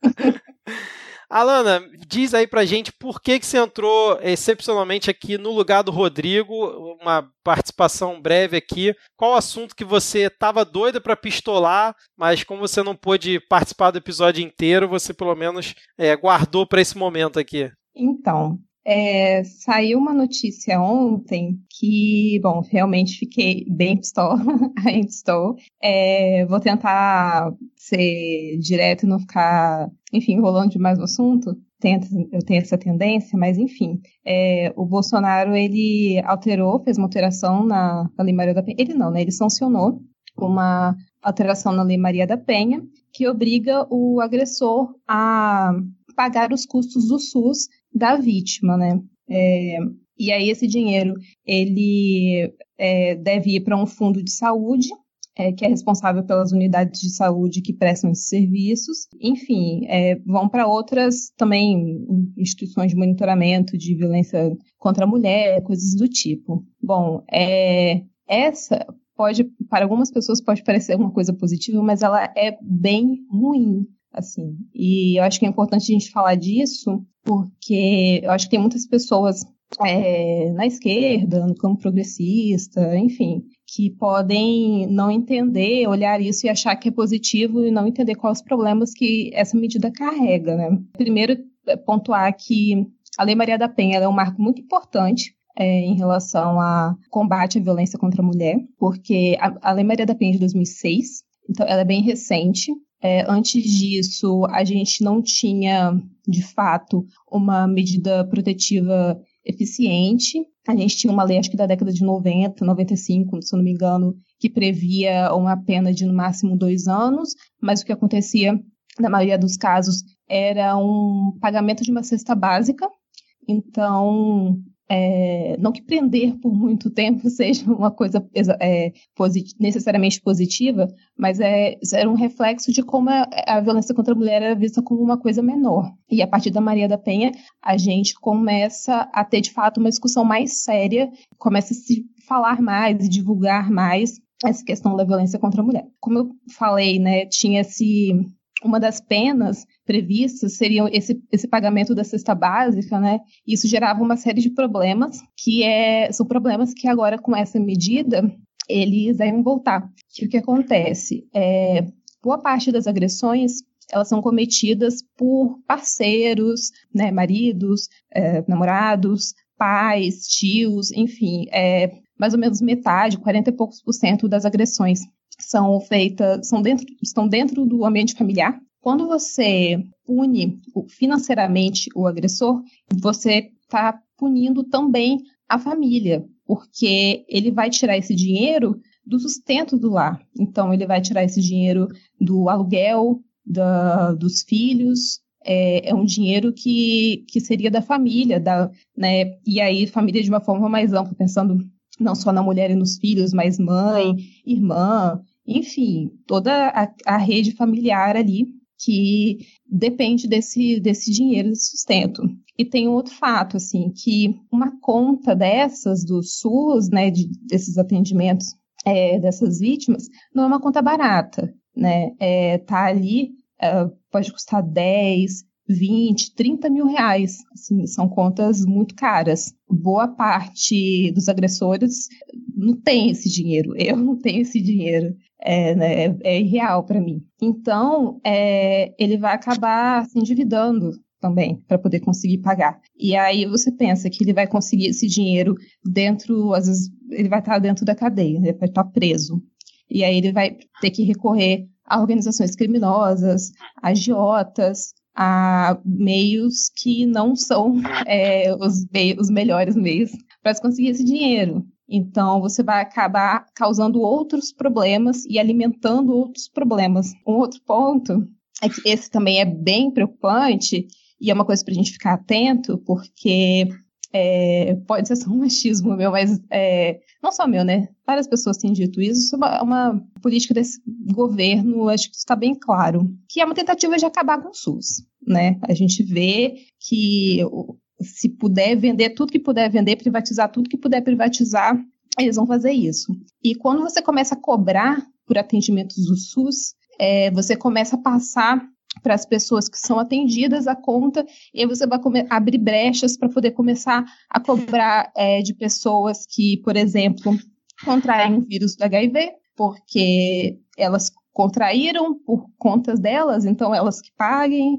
Alana, diz aí pra gente por que, que você entrou excepcionalmente aqui no lugar do Rodrigo, uma participação breve aqui. Qual o assunto que você estava doida para pistolar, mas como você não pôde participar do episódio inteiro, você pelo menos é, guardou para esse momento aqui? Então, é, saiu uma notícia ontem que, bom, realmente fiquei bem pistola, ainda estou. É, vou tentar ser direto e não ficar, enfim, enrolando demais o assunto. Tento, eu tenho essa tendência, mas enfim. É, o Bolsonaro, ele alterou, fez uma alteração na, na Lei Maria da Penha. Ele não, né? Ele sancionou uma alteração na Lei Maria da Penha que obriga o agressor a pagar os custos do SUS da vítima, né? É, e aí esse dinheiro, ele é, deve ir para um fundo de saúde, é, que é responsável pelas unidades de saúde que prestam esses serviços. Enfim, é, vão para outras também instituições de monitoramento de violência contra a mulher, coisas do tipo. Bom, é, essa... pode, para algumas pessoas pode parecer uma coisa positiva, mas ela é bem ruim, assim. E eu acho que é importante a gente falar disso, porque eu acho que tem muitas pessoas é, na esquerda, no campo progressista, enfim, que podem não entender, olhar isso e achar que é positivo e não entender quais os problemas que essa medida carrega, né? Primeiro, pontuar que a Lei Maria da Penha ela é um marco muito importante é, em relação ao combate à violência contra a mulher, porque a, a Lei Maria da Penha é de dois mil e seis, então ela é bem recente. É, antes disso, a gente não tinha, de fato, uma medida protetiva eficiente. A gente tinha uma lei, acho que da década de noventa, noventa e cinco, se eu não me engano, que previa uma pena de no máximo dois anos, mas o que acontecia, na maioria dos casos, era um pagamento de uma cesta básica. Então, é, não que prender por muito tempo seja uma coisa é, posit- necessariamente positiva, mas é, era um reflexo de como a, a violência contra a mulher era vista como uma coisa menor. E a partir da Maria da Penha, a gente começa a ter, de fato, uma discussão mais séria, começa a se falar mais e divulgar mais essa questão da violência contra a mulher. Como eu falei, né, tinha esse... Uma das penas previstas seria esse, esse pagamento da cesta básica, né? Isso gerava uma série de problemas, que é, são problemas que agora, com essa medida, eles devem voltar. Que o que acontece? É, boa parte das agressões, elas são cometidas por parceiros, né? Maridos, é, namorados, pais, tios, enfim, é, mais ou menos metade, quarenta e poucos por cento das agressões são feitas, são dentro, estão dentro do ambiente familiar. Quando você pune financeiramente o agressor, você está punindo também a família, porque ele vai tirar esse dinheiro do sustento do lar. Então, ele vai tirar esse dinheiro do aluguel, da, dos filhos, é, é um dinheiro que, que seria da família, da, né? E aí família de uma forma mais ampla, pensando não só na mulher e nos filhos, mas mãe, irmã, enfim, toda a, a rede familiar ali que depende desse, desse dinheiro, desse sustento. E tem um outro fato, assim, que uma conta dessas do SUS, né, de, desses atendimentos é, dessas vítimas, não é uma conta barata, né? É, tá ali, é, pode custar dez, vinte, trinta mil reais. Assim, são contas muito caras. Boa parte dos agressores não tem esse dinheiro. Eu não tenho esse dinheiro. É, né, é, é irreal para mim. Então, é, ele vai acabar se endividando também para poder conseguir pagar. E aí você pensa que ele vai conseguir esse dinheiro dentro, às vezes ele vai estar dentro da cadeia, né, vai estar preso. E aí ele vai ter que recorrer a organizações criminosas, a agiotas, a meios que não são é, os, meios, os melhores meios para conseguir esse dinheiro. Então, você vai acabar causando outros problemas e alimentando outros problemas. Um outro ponto é que esse também é bem preocupante e é uma coisa para a gente ficar atento, porque é, pode ser só um machismo meu, mas é, não só meu, né? Várias pessoas têm dito isso. Isso é uma, uma política desse governo, acho que isso está bem claro, que é uma tentativa de acabar com o SUS, né? A gente vê que... se puder vender tudo que puder vender, privatizar tudo que puder privatizar, eles vão fazer isso. E quando você começa a cobrar por atendimentos do SUS, é, você começa a passar para as pessoas que são atendidas a conta, e aí você vai come- abrir brechas para poder começar a cobrar é, de pessoas que, por exemplo, contraem o vírus do H I V, porque elas contraíram por contas delas, então elas que paguem.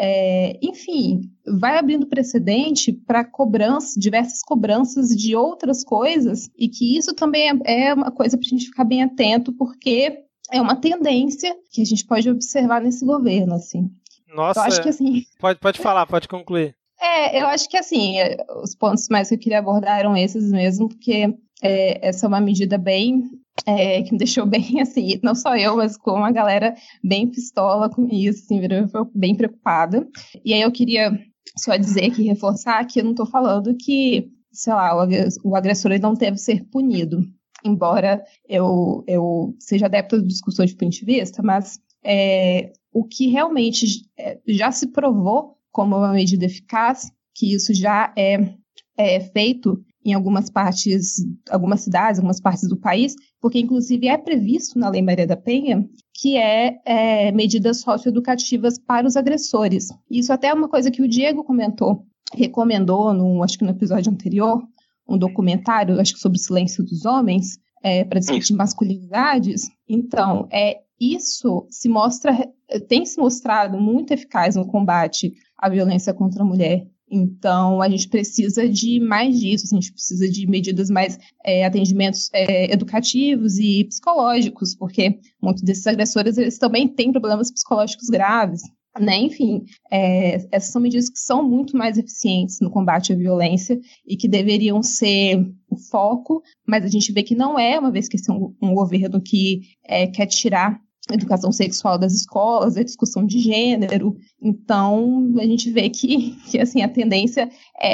É, enfim, vai abrindo precedente para cobrança, diversas cobranças de outras coisas, e que isso também é, é uma coisa para a gente ficar bem atento, porque é uma tendência que a gente pode observar nesse governo, assim. Nossa, eu acho que, assim, pode, pode falar, pode concluir. É, eu acho que, assim, os pontos mais que eu queria abordar eram esses mesmo, porque é, essa é uma medida bem... É, que me deixou bem, assim, não só eu, mas com uma galera bem pistola com isso, assim, bem preocupada. E aí eu queria só dizer que, reforçar que eu não estou falando que, sei lá, o agressor ele não deve ser punido, embora eu, eu seja adepta de discussões de punitivista, mas é, o que realmente já se provou como uma medida eficaz, que isso já é, é feito em algumas partes, algumas cidades, algumas partes do país, porque inclusive é previsto na Lei Maria da Penha que é, é medidas socioeducativas para os agressores. Isso até é uma coisa que o Diego comentou, recomendou, no, acho que no episódio anterior, um documentário, acho que sobre o silêncio dos homens, é, para discutir masculinidades. Então, é, isso se mostra, tem se mostrado muito eficaz no combate à violência contra a mulher. Então, a gente precisa de mais disso, a gente precisa de medidas mais, é, atendimentos é, educativos e psicológicos, porque muitos desses agressores, eles também têm problemas psicológicos graves, né? Enfim, é, essas são medidas que são muito mais eficientes no combate à violência e que deveriam ser o foco, mas a gente vê que não é, uma vez que esse é um, um governo que é, quer tirar a educação sexual das escolas, a discussão de gênero. Então, a gente vê que, que assim, a tendência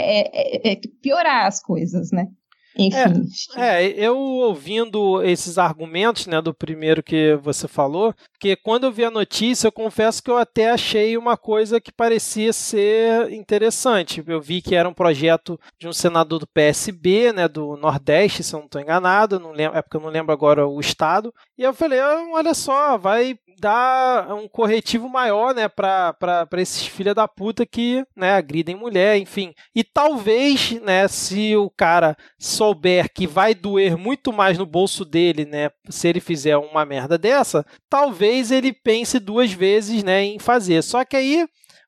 é, é, é piorar as coisas, né? Enfim. É, é, eu ouvindo esses argumentos, né, do primeiro que você falou, que quando eu vi a notícia, eu confesso que eu até achei uma coisa que parecia ser interessante. Eu vi que era um projeto de um senador do P S B, né, do Nordeste, se eu não estou enganado, não lembro, é porque eu não lembro agora o estado, e eu falei, olha só, vai dar um corretivo maior, né, para esses filha da puta que, né, agridem mulher, enfim. E talvez, né, se o cara souber que vai doer muito mais no bolso dele, né, se ele fizer uma merda dessa, talvez ele pense duas vezes, né, em fazer. Só que aí,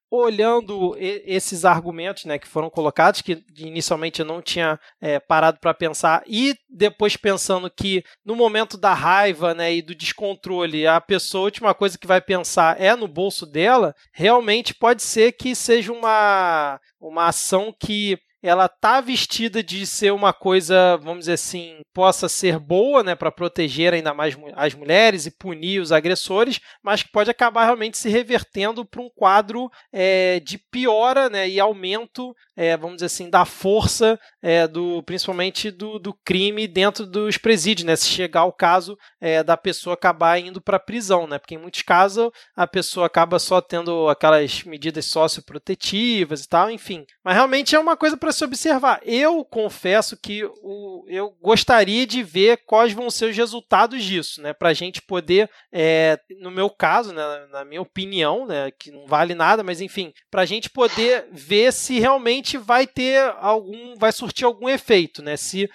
olhando esses argumentos, né, que foram colocados, que inicialmente eu não tinha é, parado para pensar, e depois pensando que no momento da raiva, né, e do descontrole, a pessoa, a última coisa que vai pensar é no bolso dela, realmente pode ser que seja uma, uma ação que ela tá vestida de ser uma coisa, vamos dizer assim, possa ser boa, né, para proteger ainda mais as mulheres e punir os agressores, mas que pode acabar realmente se revertendo para um quadro é, de piora, né, e aumento, é, vamos dizer assim, da força, é, do, principalmente do, do crime dentro dos presídios, né, se chegar ao caso é, da pessoa acabar indo para a prisão, né, porque em muitos casos a pessoa acaba só tendo aquelas medidas socioprotetivas e tal, enfim. Mas realmente é uma coisa para se observar. Eu confesso que o, eu gostaria de ver quais vão ser os resultados disso, né? Para a gente poder, é, no meu caso, né, na minha opinião, né, que não vale nada, mas enfim, para a gente poder ver se realmente vai ter algum, vai surtir algum efeito, né? Se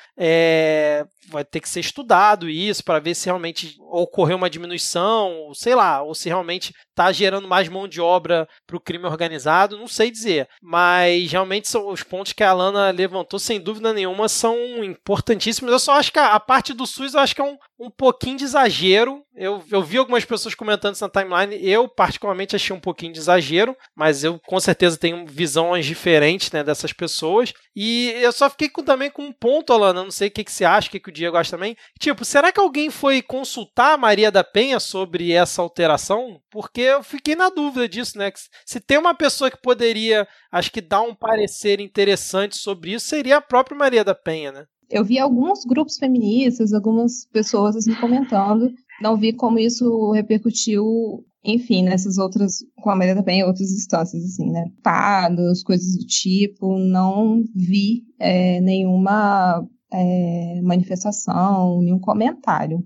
é, vai ter que ser estudado isso para ver se realmente ocorreu uma diminuição, sei lá, ou se realmente está gerando mais mão de obra para o crime organizado, não sei dizer. Mas realmente são os pontos que a Alana levantou, sem dúvida nenhuma, são importantíssimos. Eu só acho que a, a parte do SUS eu acho que é um, um pouquinho de exagero. Eu, eu vi algumas pessoas comentando isso na timeline, eu particularmente achei um pouquinho de exagero, mas eu com certeza tenho visões diferentes, né, dessas pessoas. E eu só fiquei com, também com um ponto, Alana, não sei o que, que você acha, o que, que o Diego acha também. Tipo, será que alguém foi consultar a Maria da Penha sobre essa alteração? Porque eu fiquei na dúvida disso, né? Se tem uma pessoa que poderia, acho que dar um parecer interessante sobre isso, seria a própria Maria da Penha, né? Eu vi alguns grupos feministas, algumas pessoas assim comentando, não vi como isso repercutiu, enfim, nessas outras, com a Maria da Penha, outras instâncias, assim, né? Pados, coisas do tipo, não vi é, nenhuma é, manifestação, nenhum comentário.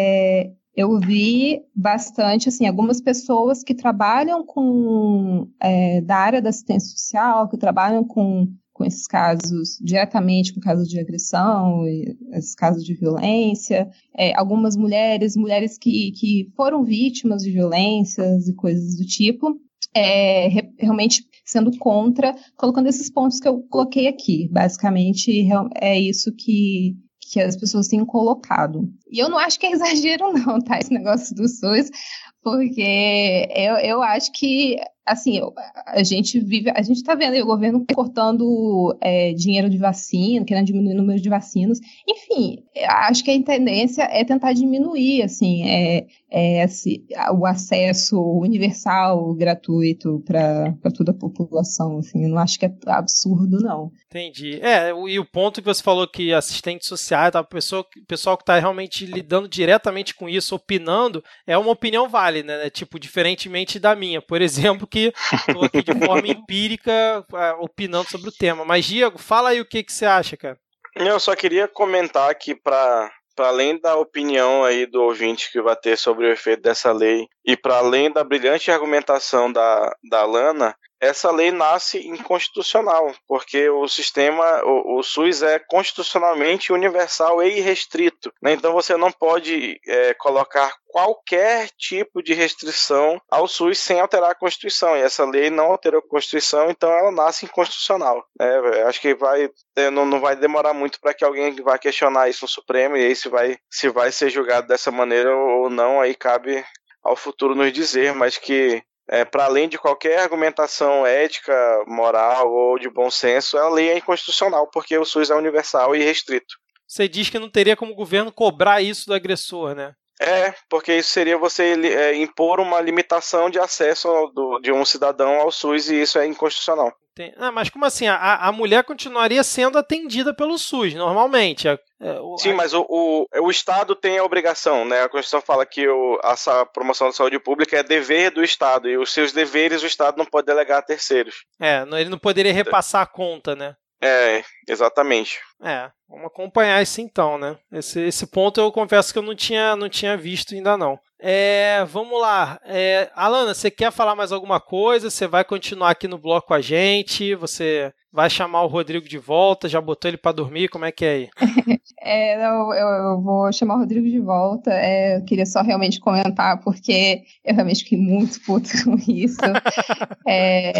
É, eu vi bastante, assim, algumas pessoas que trabalham com, é, da área da assistência social, que trabalham com com esses casos, diretamente com casos de agressão, esses casos de violência, é, algumas mulheres, mulheres que, que foram vítimas de violências e coisas do tipo, é, re, realmente sendo contra, colocando esses pontos que eu coloquei aqui. Basicamente, é isso que, que as pessoas têm colocado. E eu não acho que é exagero não, tá, esse negócio do SUS, porque eu, eu acho que, assim, a gente vive, a gente tá vendo aí o governo cortando é, dinheiro de vacina, querendo diminuir o número de vacinas. Enfim, acho que a tendência é tentar diminuir, assim, é, é, esse, o acesso universal, gratuito para toda a população, assim. Eu não acho que é absurdo, não. Entendi. É, e o ponto que você falou que assistente social, tá, o pessoal, pessoal que está realmente lidando diretamente com isso, opinando, é uma opinião válida, né? Tipo, diferentemente da minha, por exemplo, que estou aqui de forma empírica uh, opinando sobre o tema. Mas, Diego, fala aí o que, que você acha, cara. Eu só queria comentar aqui para para além da opinião aí do ouvinte que vai ter sobre o efeito dessa lei e para além da brilhante argumentação da, da Lana, essa lei nasce inconstitucional, porque o sistema, o, o SUS é constitucionalmente universal e irrestrito, né? Então você não pode é, colocar qualquer tipo de restrição ao SUS sem alterar a Constituição, e essa lei não alterou a Constituição, então ela nasce inconstitucional. É, acho que vai, não, não vai demorar muito para que alguém vá questionar isso no Supremo, e aí se vai, se vai ser julgado dessa maneira ou não, aí cabe ao futuro nos dizer, mas que É, para além de qualquer argumentação ética, moral ou de bom senso, a lei é inconstitucional, porque o SUS é universal e restrito. Você diz que não teria como o governo cobrar isso do agressor, né? É, porque isso seria você é, impor uma limitação de acesso ao, do, de um cidadão ao SUS, e isso é inconstitucional. Tem... Ah, mas como assim? A, a mulher continuaria sendo atendida pelo SUS, normalmente. A, é, o, Sim, a... mas o, o, o Estado tem a obrigação, né? A Constituição fala que o, a, a promoção da saúde pública é dever do Estado, e os seus deveres o Estado não pode delegar a terceiros. É, ele não poderia repassar a conta, né? É, exatamente. É, vamos acompanhar isso então, né? Esse, esse ponto eu confesso que eu não tinha, não tinha visto ainda não. É, vamos lá. É, Alana, você quer falar mais alguma coisa? Você vai continuar aqui no bloco com a gente? Você vai chamar o Rodrigo de volta? Já botou ele para dormir? Como é que é aí? É, eu, eu vou chamar o Rodrigo de volta. É, eu queria só realmente comentar, porque eu realmente fiquei muito puta com isso. É,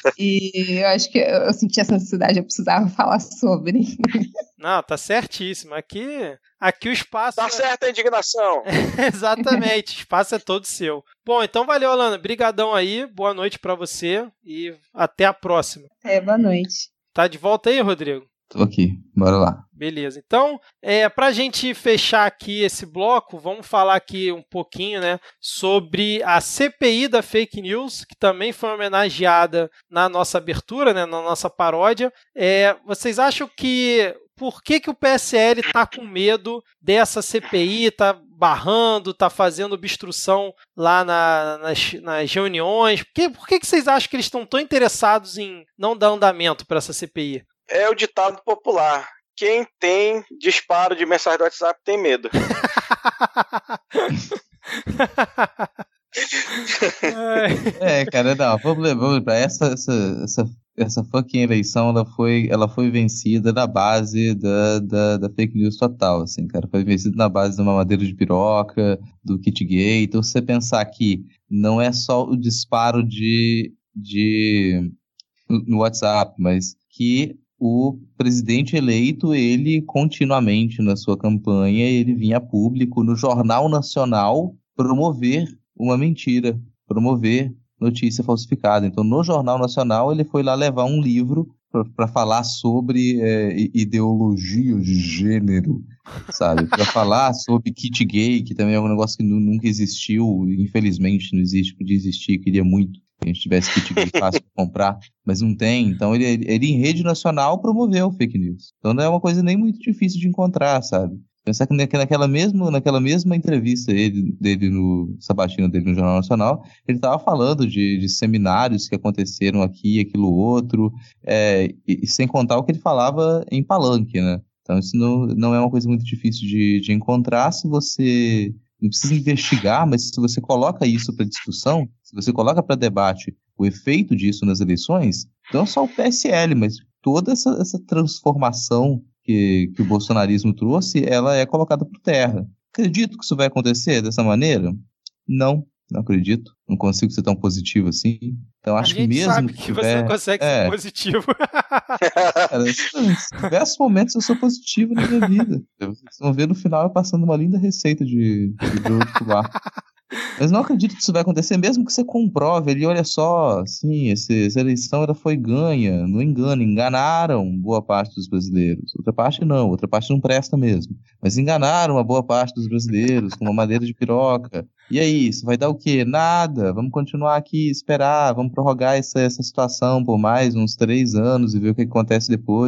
e eu acho que eu, eu senti essa necessidade, eu precisava falar sobre. Não, tá certíssimo. Aqui, aqui o espaço... Tá certa a indignação. Exatamente, o espaço é todo seu. Bom, então valeu, Alana. Brigadão aí, boa noite pra você e até a próxima. É, boa noite. Tá de volta aí, Rodrigo? Tô aqui, bora lá. Beleza, então, é, para a gente fechar aqui esse bloco, vamos falar aqui um pouquinho, né, sobre a C P I da Fake News, que também foi homenageada na nossa abertura, né, na nossa paródia. É, vocês acham que... Por que, que o P S L está com medo dessa C P I, está barrando, está fazendo obstrução lá na, nas, nas reuniões? Por, que, por que, que vocês acham que eles estão tão interessados em não dar andamento para essa C P I? É o ditado popular. Quem tem disparo de mensagem do WhatsApp tem medo. É, cara, não, vamos lembrar, essa, essa, essa, essa fucking eleição, ela foi, ela foi vencida na base da, da, da fake news total, assim, cara, foi vencida na base de uma madeira de piroca, do kit gay. Então, se você pensar que não é só o disparo de, de no WhatsApp, mas que o presidente eleito, ele continuamente na sua campanha, ele vinha a público no Jornal Nacional promover uma mentira, promover notícia falsificada. Então, no Jornal Nacional, ele foi lá levar um livro para falar sobre é, ideologia de gênero, sabe? Para falar sobre kit gay, que também é um negócio que nunca existiu, infelizmente não existe, podia existir, queria muito que a gente tivesse kit gay fácil para comprar, mas não tem. Então, ele, ele em rede nacional promoveu fake news. Então, não é uma coisa nem muito difícil de encontrar, sabe? Pensar que naquela mesma, naquela mesma entrevista dele, dele no sabatina dele no Jornal Nacional, ele estava falando de, de seminários que aconteceram aqui, aquilo outro, é, e, e sem contar o que ele falava em palanque, né? Então isso não, não é uma coisa muito difícil de, de encontrar. Se você não precisa investigar, mas se você coloca isso para discussão, se você coloca para debate o efeito disso nas eleições, não só o P S L, mas toda essa, essa transformação Que, que o bolsonarismo trouxe, ela é colocada por terra. Acredito que isso vai acontecer dessa maneira? Não, não acredito. Não consigo ser tão positivo assim. Então acho que mesmo sabe que, que tiver, você não consegue é, ser positivo. Cara, em diversos momentos eu sou positivo na minha vida. Vocês vão ver no final eu passando uma linda receita de, de bolo de fubá. Mas não acredito que isso vai acontecer, mesmo que você comprove ali, olha só, sim, esse, essa eleição ela foi ganha, não engana, enganaram boa parte dos brasileiros. Outra parte não, outra parte não presta mesmo. Mas enganaram uma boa parte dos brasileiros com uma madeira de piroca. E aí, isso vai dar o quê? Nada, vamos continuar aqui, esperar, vamos prorrogar essa, essa situação por mais uns três anos e ver o que acontece depois.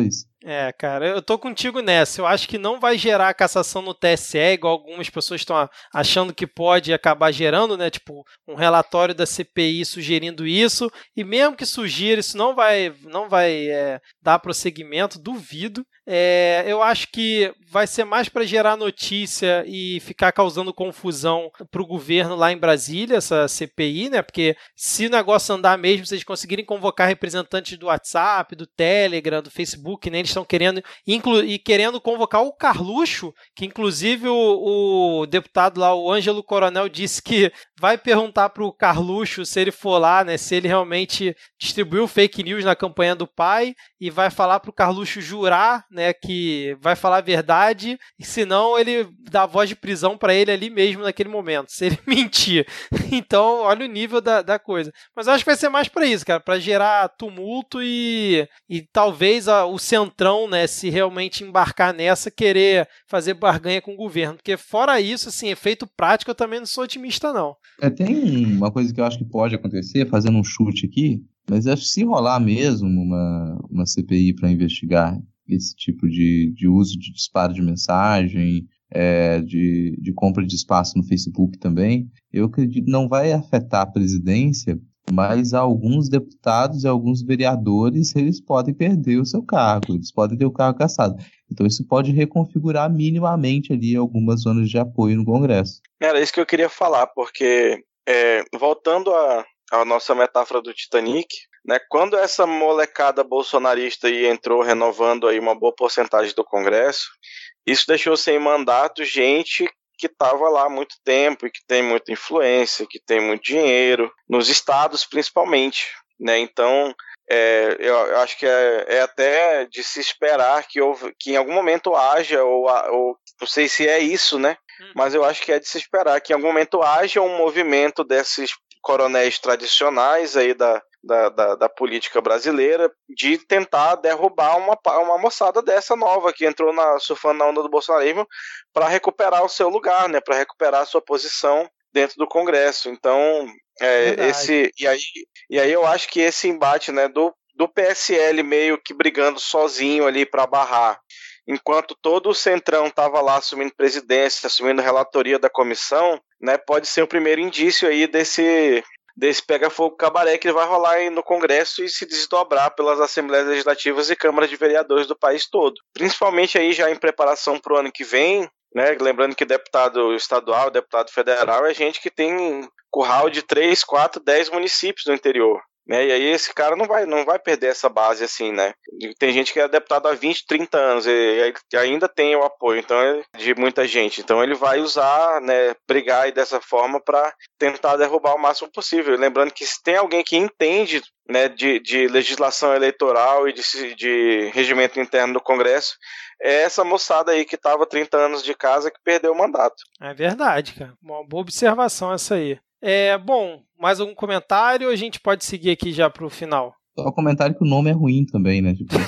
É, cara, eu tô contigo nessa. Eu acho que não vai gerar cassação no T S E, igual algumas pessoas estão achando que pode acabar gerando, né? Tipo, um relatório da C P I sugerindo isso. E mesmo que sugira, isso não vai, não vai é, dar prosseguimento, duvido. É, eu acho que vai ser mais para gerar notícia e ficar causando confusão para o governo lá em Brasília, essa C P I, né? Porque se o negócio andar mesmo, vocês conseguirem convocar representantes do WhatsApp, do Telegram, do Facebook, né? Eles estão querendo, inclu- e querendo convocar o Carluxo, que inclusive o, o deputado lá, o Ângelo Coronel, disse que vai perguntar para o Carluxo se ele for lá, né? Se ele realmente distribuiu fake news na campanha do pai, e vai falar para o Carluxo jurar, né, que vai falar a verdade, e senão ele dá a voz de prisão para ele ali mesmo naquele momento, se ele mentir. Então, olha o nível da, da coisa. Mas eu acho que vai ser mais para isso, cara, para gerar tumulto e, e talvez a, o Centrão, né, se realmente embarcar nessa, querer fazer barganha com o governo. Porque fora isso, assim, efeito prático, eu também não sou otimista, não. É, tem uma coisa que eu acho que pode acontecer, fazendo um chute aqui, mas acho que se rolar mesmo uma, uma C P I para investigar esse tipo de, de uso de disparo de mensagem, é, de, de compra de espaço no Facebook também, eu acredito que não vai afetar a presidência, mas alguns deputados e alguns vereadores, eles podem perder o seu cargo, eles podem ter o cargo cassado. Então isso pode reconfigurar minimamente ali algumas zonas de apoio no Congresso. Era isso que eu queria falar, porque é, voltando a a nossa metáfora do Titanic, né, quando essa molecada bolsonarista aí entrou renovando aí uma boa porcentagem do Congresso, isso deixou sem mandato gente que estava lá há muito tempo e que tem muita influência, que tem muito dinheiro, nos estados principalmente, né? Então, é, eu, eu acho que é, é até de se esperar que, houve, que em algum momento haja, ou, ou não sei se é isso, né? Mas eu acho que é de se esperar que em algum momento haja um movimento desses coronéis tradicionais aí da, da, da, da política brasileira de tentar derrubar uma, uma moçada dessa nova que entrou na, surfando na onda do bolsonarismo para recuperar o seu lugar, né, para recuperar a sua posição dentro do Congresso. Então, é, esse e aí, e aí eu acho que esse embate, né, do, do P S L meio que brigando sozinho ali para barrar, enquanto todo o Centrão estava lá assumindo presidência, assumindo relatoria da comissão, né, pode ser o primeiro indício aí desse, desse pega-fogo cabaré que vai rolar aí no Congresso e se desdobrar pelas Assembleias Legislativas e Câmaras de Vereadores do país todo. Principalmente aí já em preparação para o ano que vem, né, lembrando que deputado estadual, deputado federal é gente que tem curral de três, quatro, dez municípios no interior. Né, e aí esse cara não vai, não vai perder essa base assim, né? Tem gente que é deputado há vinte, trinta anos e, e ainda tem o apoio então, de muita gente. Então ele vai usar, né, brigar aí dessa forma para tentar derrubar o máximo possível. Lembrando que se tem alguém que entende, né, de, de legislação eleitoral e de, de regimento interno do Congresso, é essa moçada aí que estava trinta anos de casa que perdeu o mandato. É verdade, cara. Uma boa observação essa aí. É, bom, mais algum comentário ou a gente pode seguir aqui já pro final? Só o comentário que o nome é ruim também, né? Tipo,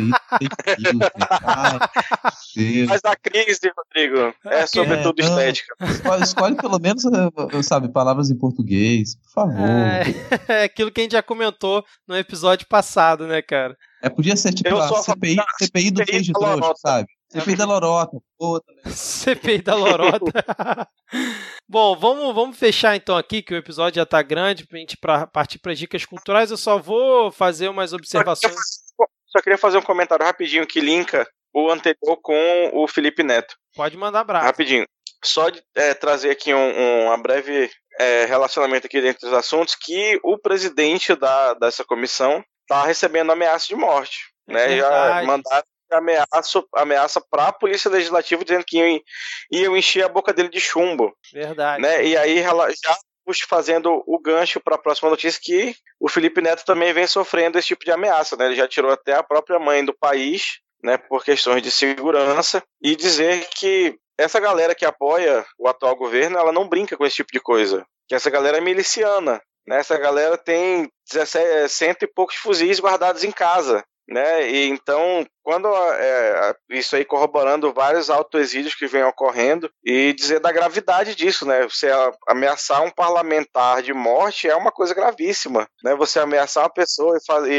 Mas a crise, Rodrigo, é sobretudo é, estética. Escolhe, escolhe pelo menos, sabe, palavras em português, por favor. É, é aquilo que a gente já comentou no episódio passado, né, cara? É, podia ser tipo a C P I, C P I do Fez de Trouxa, sabe? C P I da Lorota. Puta, né? C P I da Lorota. Bom, vamos, vamos fechar então aqui, que o episódio já está grande, pra gente pra partir para as dicas culturais. Eu só vou fazer umas observações. Só queria fazer um comentário rapidinho que linka o anterior com o Felipe Neto. Pode mandar abraço. Rapidinho. Só de é, trazer aqui um, um uma breve é, relacionamento aqui dentro dos assuntos, que o presidente da, dessa comissão está recebendo ameaça de morte. É, né? Já mandaram ameaça, ameaça para a Polícia Legislativa dizendo que iam, iam encher a boca dele de chumbo. Verdade. Né? E aí já fazendo o gancho para a próxima notícia, que o Felipe Neto também vem sofrendo esse tipo de ameaça. Né? Ele já tirou até a própria mãe do país, né, por questões de segurança, e dizer que essa galera que apoia o atual governo, ela não brinca com esse tipo de coisa. Que essa galera é miliciana. Né? Essa galera tem dezessete, cento e poucos fuzis guardados em casa. Né? E então, quando é, isso aí corroborando vários autoexílios que vêm ocorrendo, e dizer da gravidade disso, né? Você ameaçar um parlamentar de morte é uma coisa gravíssima, né? Você ameaçar uma pessoa e, faz, e,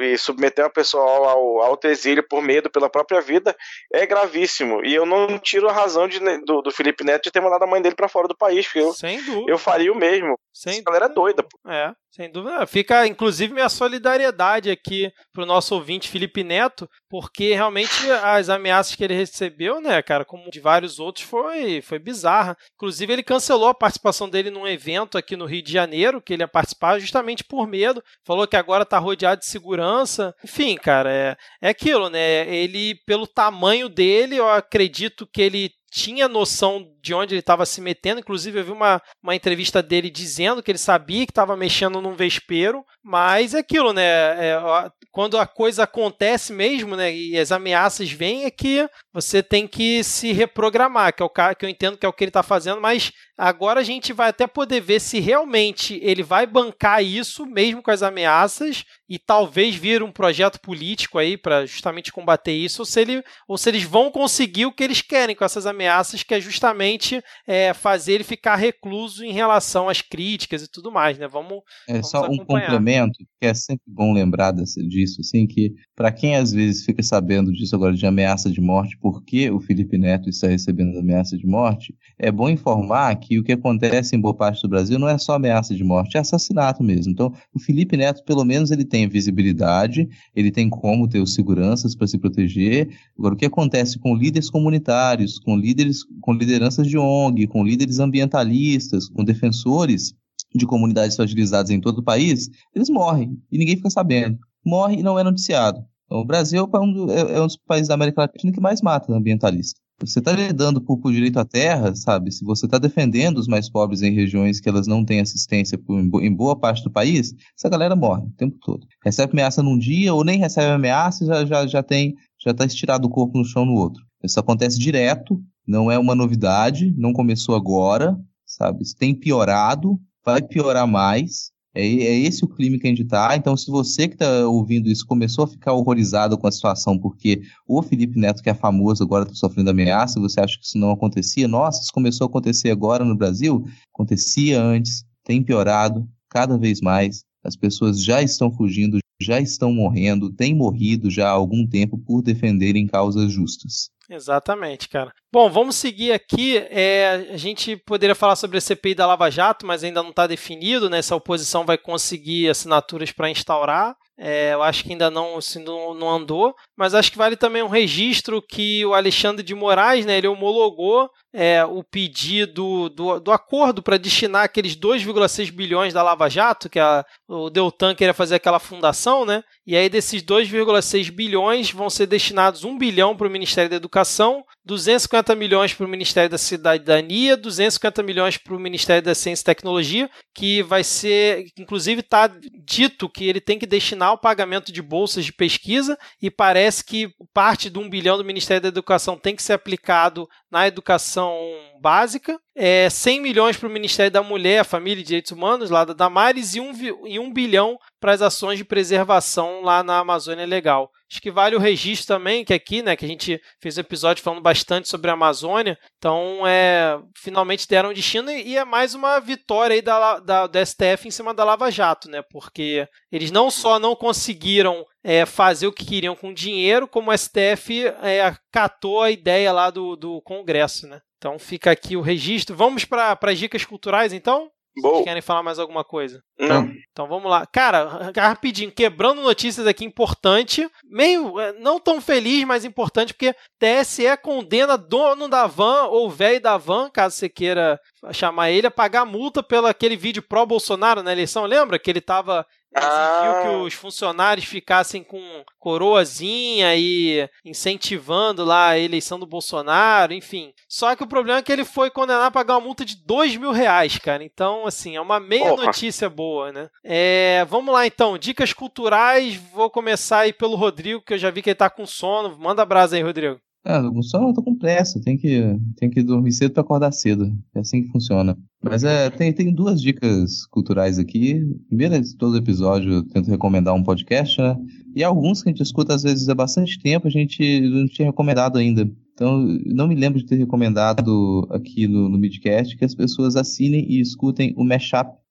e submeter uma pessoa ao alto exílio por medo pela própria vida é gravíssimo. E eu não tiro a razão de, do, do Felipe Neto de ter mandado a mãe dele pra fora do país, porque eu, Sem dúvida. eu faria o mesmo. Sem Essa galera é doida, pô. É, sem dúvida. Fica, inclusive, minha solidariedade aqui pro nosso ouvinte Felipe Neto, porque realmente as ameaças que ele recebeu, né, cara, como de vários outros, foi, foi bizarra. Inclusive, ele cancelou a participação dele num evento aqui no Rio de Janeiro, que ele ia participar justamente por medo. Falou que agora tá rodeado de segurança. Enfim, cara, é, é aquilo, né? Ele, pelo tamanho dele, eu acredito que ele tinha noção de onde ele estava se metendo. Inclusive, eu vi uma, uma entrevista dele dizendo que ele sabia que estava mexendo num vespeiro, mas é aquilo, né? É, quando a coisa acontece mesmo, né, e as ameaças vêm, é que você tem que se reprogramar, que é o que eu entendo que é o que ele está fazendo, mas agora a gente vai até poder ver se realmente ele vai bancar isso, mesmo com as ameaças, e talvez vir um projeto político aí para justamente combater isso, ou se, ele, ou se eles vão conseguir o que eles querem com essas ameaças, que é justamente é, fazer ele ficar recluso em relação às críticas e tudo mais, né? Vamos, é vamos só um acompanhar. Complemento, que é sempre bom lembrar desse, disso, assim, que para quem às vezes fica sabendo disso agora de ameaça de morte, porque o Felipe Neto está recebendo ameaça de morte, é bom informar que o que acontece em boa parte do Brasil não é só ameaça de morte, é assassinato mesmo. Então, o Felipe Neto, pelo menos, ele tem visibilidade, ele tem como ter os seguranças para se proteger. Agora, o que acontece com líderes comunitários, com líderes, com lideranças de O N G, com líderes ambientalistas, com defensores de comunidades fragilizadas em todo o país, eles morrem e ninguém fica sabendo. Morre e não é noticiado. Então, o Brasil é um, é um dos países da América Latina que mais mata ambientalista. Você está lidando por, por direito à terra, sabe? Se você está defendendo os mais pobres em regiões que elas não têm assistência por, em boa parte do país, essa galera morre o tempo todo. Recebe ameaça num dia ou nem recebe ameaça e já, já, já tem, já está estirado o corpo no chão no outro. Isso acontece direto, não é uma novidade, não começou agora, sabe? Isso tem piorado, vai piorar mais. É, é esse o clima que a gente está. Então, se você que está ouvindo isso começou a ficar horrorizado com a situação porque o Felipe Neto, que é famoso, agora está sofrendo ameaça, você acha que isso não acontecia? Nossa, isso começou a acontecer agora no Brasil? Acontecia antes, tem piorado cada vez mais. As pessoas já estão fugindo, já estão morrendo, têm morrido já há algum tempo por defenderem causas justas. Exatamente, cara. Bom, vamos seguir aqui. É, a gente poderia falar sobre a C P I da Lava Jato, mas ainda não está definido, né? Se a oposição vai conseguir assinaturas para instaurar. É, eu acho que ainda não, assim, não, não andou, mas acho que vale também um registro que o Alexandre de Moraes, né, ele homologou é, o pedido do, do acordo para destinar aqueles dois vírgula seis bilhões da Lava Jato, que a, o Deltan queria fazer aquela fundação, né? E aí desses dois vírgula seis bilhões vão ser destinados um bilhão para o Ministério da Educação, duzentos e cinquenta milhões para o Ministério da Cidadania, duzentos e cinquenta milhões para o Ministério da Ciência e Tecnologia, que vai ser, inclusive está dito que ele tem que destinar ao pagamento de bolsas de pesquisa, e parece que parte de um bilhão do Ministério da Educação tem que ser aplicado na educação básica, é, cem milhões para o Ministério da Mulher, Família e Direitos Humanos, lá da Damares, e um, e um bilhão para as ações de preservação lá na Amazônia Legal. Acho que vale o registro também, que aqui, né, que a gente fez um episódio falando bastante sobre a Amazônia, então é, finalmente deram um destino, e é mais uma vitória aí da, da, do S T F em cima da Lava Jato, né, porque eles não só não conseguiram é, fazer o que queriam com dinheiro, como o S T F é, acatou a ideia lá do, do Congresso, né. Então fica aqui o registro. Vamos para as dicas culturais, então? Vocês querem falar mais alguma coisa? Não. Então vamos lá. Cara, rapidinho, quebrando notícias aqui importante, meio, não tão feliz, mas importante, porque T S E condena dono da van ou velho da van, caso você queira chamar ele, a pagar multa pelo aquele vídeo pró-Bolsonaro na eleição, lembra? Que ele tava... exigiu Ah. que os funcionários ficassem com coroazinha e incentivando lá a eleição do Bolsonaro, enfim. Só que o problema é que ele foi condenado a pagar uma multa de dois mil reais, cara. Então, assim, é uma meia Porra. notícia boa, né? É, vamos lá, então. Dicas culturais. Vou começar aí pelo Rodrigo, que eu já vi que ele tá com sono. Manda brasa aí, Rodrigo. Ah, só eu tô com pressa, tem que, tem que dormir cedo pra acordar cedo. É assim que funciona. Mas é, tem, tem duas dicas culturais aqui. Primeiro, todo episódio eu tento recomendar um podcast, né? E alguns que a gente escuta às vezes há bastante tempo, a gente não tinha recomendado ainda. Então, não me lembro de ter recomendado aqui no, no Midcast que as pessoas assinem e escutem o Mashup,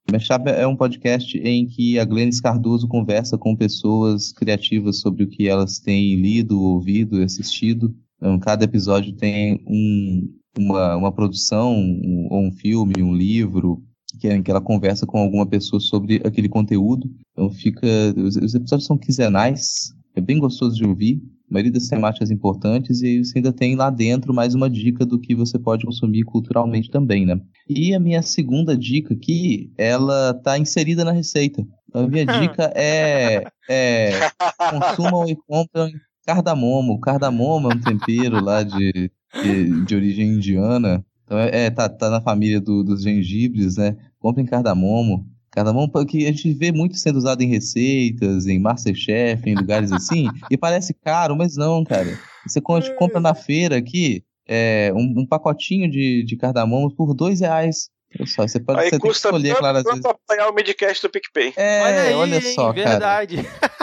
Mashup é um podcast em que a Glennis Cardoso conversa com pessoas criativas sobre o que elas têm lido, ouvido e assistido. Então, cada episódio tem um, uma, uma produção, um, ou um filme, um livro, que, em que ela conversa com alguma pessoa sobre aquele conteúdo. Então fica. Os, os episódios são quinzenais, é bem gostoso de ouvir. A maioria das temáticas importantes, e aí você ainda tem lá dentro mais uma dica do que você pode consumir culturalmente também, né? E a minha segunda dica aqui, ela tá inserida na receita. A minha dica é, é consumam e comprem cardamomo. Cardamomo é um tempero lá de, de, de origem indiana. Então é, é, tá, tá na família do, dos gengibres, né? Comprem cardamomo. Cardamomo que a gente vê muito sendo usado em receitas, em MasterChef, em lugares assim, e parece caro, mas não, cara. Você compra na feira aqui é, um, um pacotinho de, de cardamomo por dois reais. Olha só, você pode aí você custa tem que escolher, claro, às vezes. apanhar o midcast do PicPay. É, olha, aí, olha só, hein, verdade.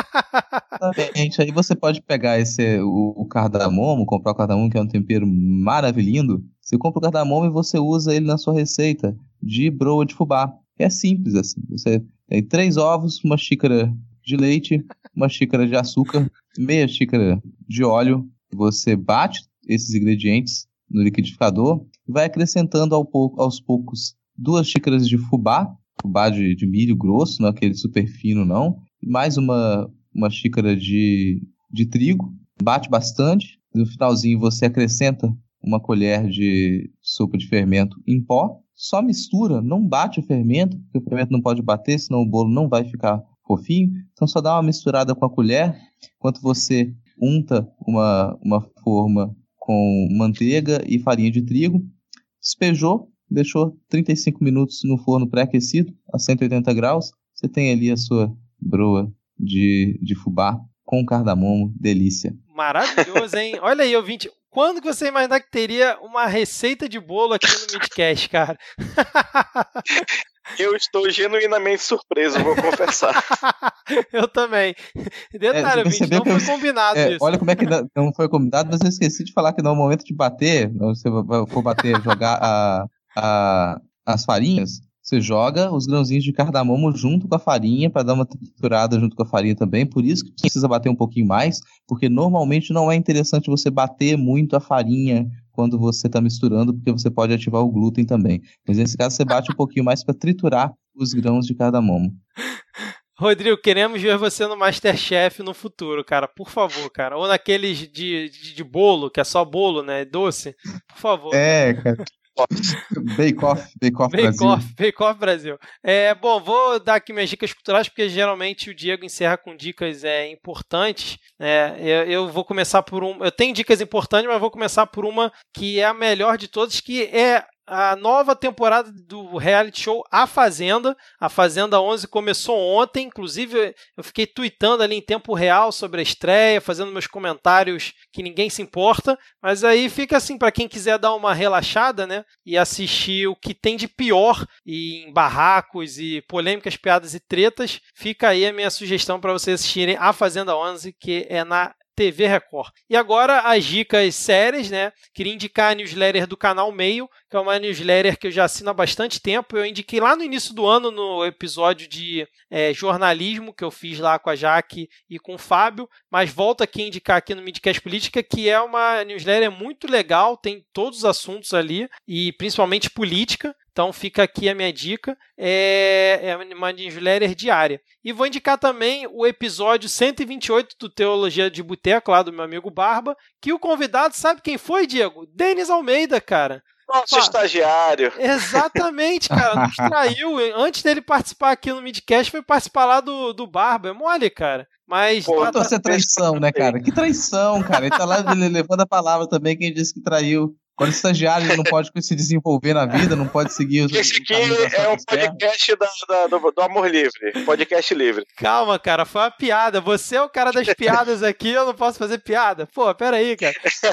cara. Exatamente. Aí você pode pegar esse, o, o cardamomo, comprar o cardamomo, que é um tempero maravilhoso. Você compra o cardamomo e você usa ele na sua receita de broa de fubá. É simples assim. Você tem três ovos, uma xícara de leite, uma xícara de açúcar, meia xícara de óleo. Você bate esses ingredientes no liquidificador e vai acrescentando ao pouco, aos poucos duas xícaras de fubá, fubá de, de milho grosso, não aquele super fino não, e mais uma, uma xícara de, de trigo. Bate bastante. No finalzinho você acrescenta uma colher de sopa de fermento em pó. Só mistura, não bate o fermento, porque o fermento não pode bater, senão o bolo não vai ficar fofinho. Então só dá uma misturada com a colher, enquanto você unta uma, uma forma com manteiga e farinha de trigo. Despejou, deixou trinta e cinco minutos no forno pré-aquecido, a cento e oitenta graus. Você tem ali a sua broa de, de fubá com cardamomo, delícia. Maravilhoso, hein? Olha aí, ouvinte. Quando que você imaginar que teria uma receita de bolo aqui no Midcast, cara? Eu estou genuinamente surpreso, vou confessar. Eu também. Detalhe, é, ouvinte, não foi combinado é, isso. Olha como é que não foi combinado, mas eu esqueci de falar que no momento de bater, você for bater, jogar a, a, as farinhas, você joga os grãozinhos de cardamomo junto com a farinha para dar uma triturada junto com a farinha também. Por isso que precisa bater um pouquinho mais, porque normalmente não é interessante você bater muito a farinha quando você está misturando, porque você pode ativar o glúten também. Mas nesse caso você bate um pouquinho mais para triturar os grãos de cardamomo. Rodrigo, queremos ver você no MasterChef no futuro, cara. Por favor, cara. Ou naqueles de, de, de bolo, que é só bolo, né? Doce. Por favor. É, cara. Bake Off, Bake Off Brasil. Bake Off, Bake Off Brasil. É, bom, vou dar aqui minhas dicas culturais, porque geralmente o Diego encerra com dicas é, importantes. É, eu, eu vou começar por um... Eu tenho dicas importantes, mas vou começar por uma que é a melhor de todas, que é a nova temporada do reality show A Fazenda. A Fazenda onze começou ontem, inclusive eu fiquei tweetando ali em tempo real sobre a estreia, fazendo meus comentários que ninguém se importa, mas aí fica assim para quem quiser dar uma relaxada, né, e assistir o que tem de pior em barracos e polêmicas, piadas e tretas, fica aí a minha sugestão para vocês assistirem A Fazenda onze, que é na T V Record. E agora as dicas sérias, né? Queria indicar a newsletter do Canal Meio, que é uma newsletter que eu já assino há bastante tempo. Eu indiquei lá no início do ano, no episódio de é, jornalismo, que eu fiz lá com a Jaque e com o Fábio, mas volto aqui a indicar aqui no Midcast Política, que é uma newsletter muito legal, tem todos os assuntos ali, e principalmente política. Então fica aqui a minha dica, é, é uma newsletter diária. E vou indicar também o episódio cento e vinte e oito do Teologia de Boteco, lá do meu amigo Barba, que o convidado, sabe quem foi, Diego? Denis Almeida, cara. Nosso Pá, estagiário. Exatamente, cara. Nos traiu. Antes dele participar aqui no Midcast, foi participar lá do, do Barba. É mole, cara. Mas... Pô, tá, tá... traição, né, cara? Que traição, cara. Ele tá lá levando a palavra também, quem disse que traiu. Quando o estagiário não pode se desenvolver na vida, não pode seguir os... Esse aqui é um podcast da, da, do, do Amor Livre. Podcast livre. Calma, cara. Foi uma piada. Você é o cara das piadas aqui, eu não posso fazer piada. Pô, pera aí, cara.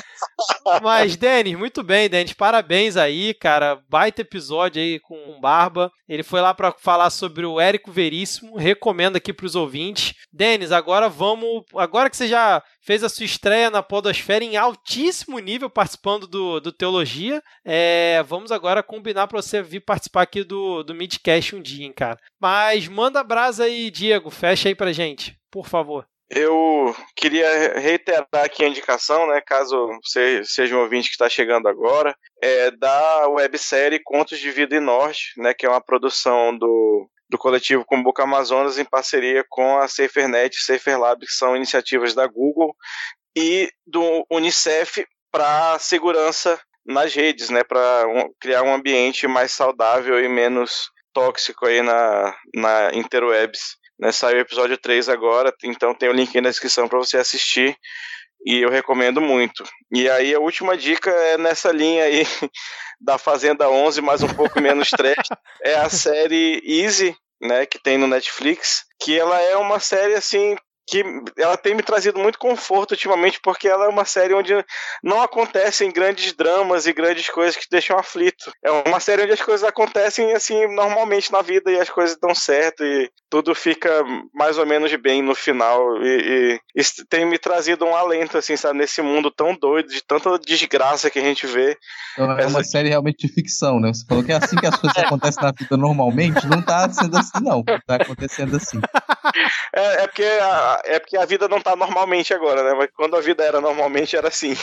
Mas, Denis, muito bem, Denis. Parabéns aí, cara. Baita episódio aí com o Barba. Ele foi lá pra falar sobre o Érico Veríssimo. Recomendo aqui pros ouvintes. Denis, agora vamos... Agora que você já fez a sua estreia na podosfera em altíssimo nível, participando do, do Teologia. É, vamos agora combinar para você vir participar aqui do, do Midcast um dia, hein, cara. Mas manda brasa aí, Diego, fecha aí pra gente, por favor. Eu queria reiterar aqui a indicação, né, caso você seja um ouvinte que está chegando agora, é da websérie Contos de Vida e Norte, né, que é uma produção do, do coletivo Cumbuca Amazonas em parceria com a SaferNet e SaferLab, que são iniciativas da Google e do Unicef para segurança nas redes, né, para um, criar um ambiente mais saudável e menos tóxico aí na, na interwebs. Né, saiu o episódio três agora, então tem o link aí na descrição para você assistir e eu recomendo muito. E aí a última dica é nessa linha aí da Fazenda onze, mas um pouco menos trash, é a série Easy, né, que tem no Netflix, que ela é uma série assim que ela tem me trazido muito conforto ultimamente, porque ela é uma série onde não acontecem grandes dramas e grandes coisas que te deixam aflito. É uma série onde as coisas acontecem assim normalmente na vida e as coisas dão certo e tudo fica mais ou menos bem no final e, e isso tem me trazido um alento, assim, sabe, nesse mundo tão doido, de tanta desgraça que a gente vê. Então, é uma Essa... série realmente de ficção, né? Você falou que é assim que as coisas acontecem na vida normalmente, não tá sendo assim não, tá acontecendo assim. É, é, porque a, é porque a vida não tá normalmente agora, né? Mas quando a vida era normalmente, era assim.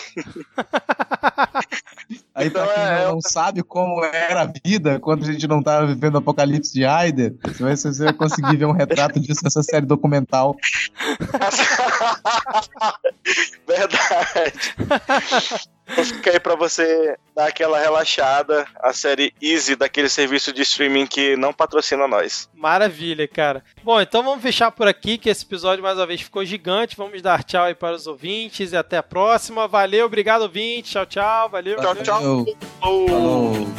Aí então, pra quem é, não, não sabe como era a vida quando a gente não tava vivendo o apocalipse de Aider, você vai, você vai conseguir ver um retrato disso nessa série documental. Verdade. Então fica aí pra você dar aquela relaxada, a série Easy daquele serviço de streaming que não patrocina nós. Maravilha, cara. Bom, então vamos fechar por aqui, que esse episódio mais uma vez ficou gigante. Vamos dar tchau aí para os ouvintes e até a próxima. Valeu, obrigado, ouvinte. Tchau, tchau. Valeu. Tchau, tchau. Falou.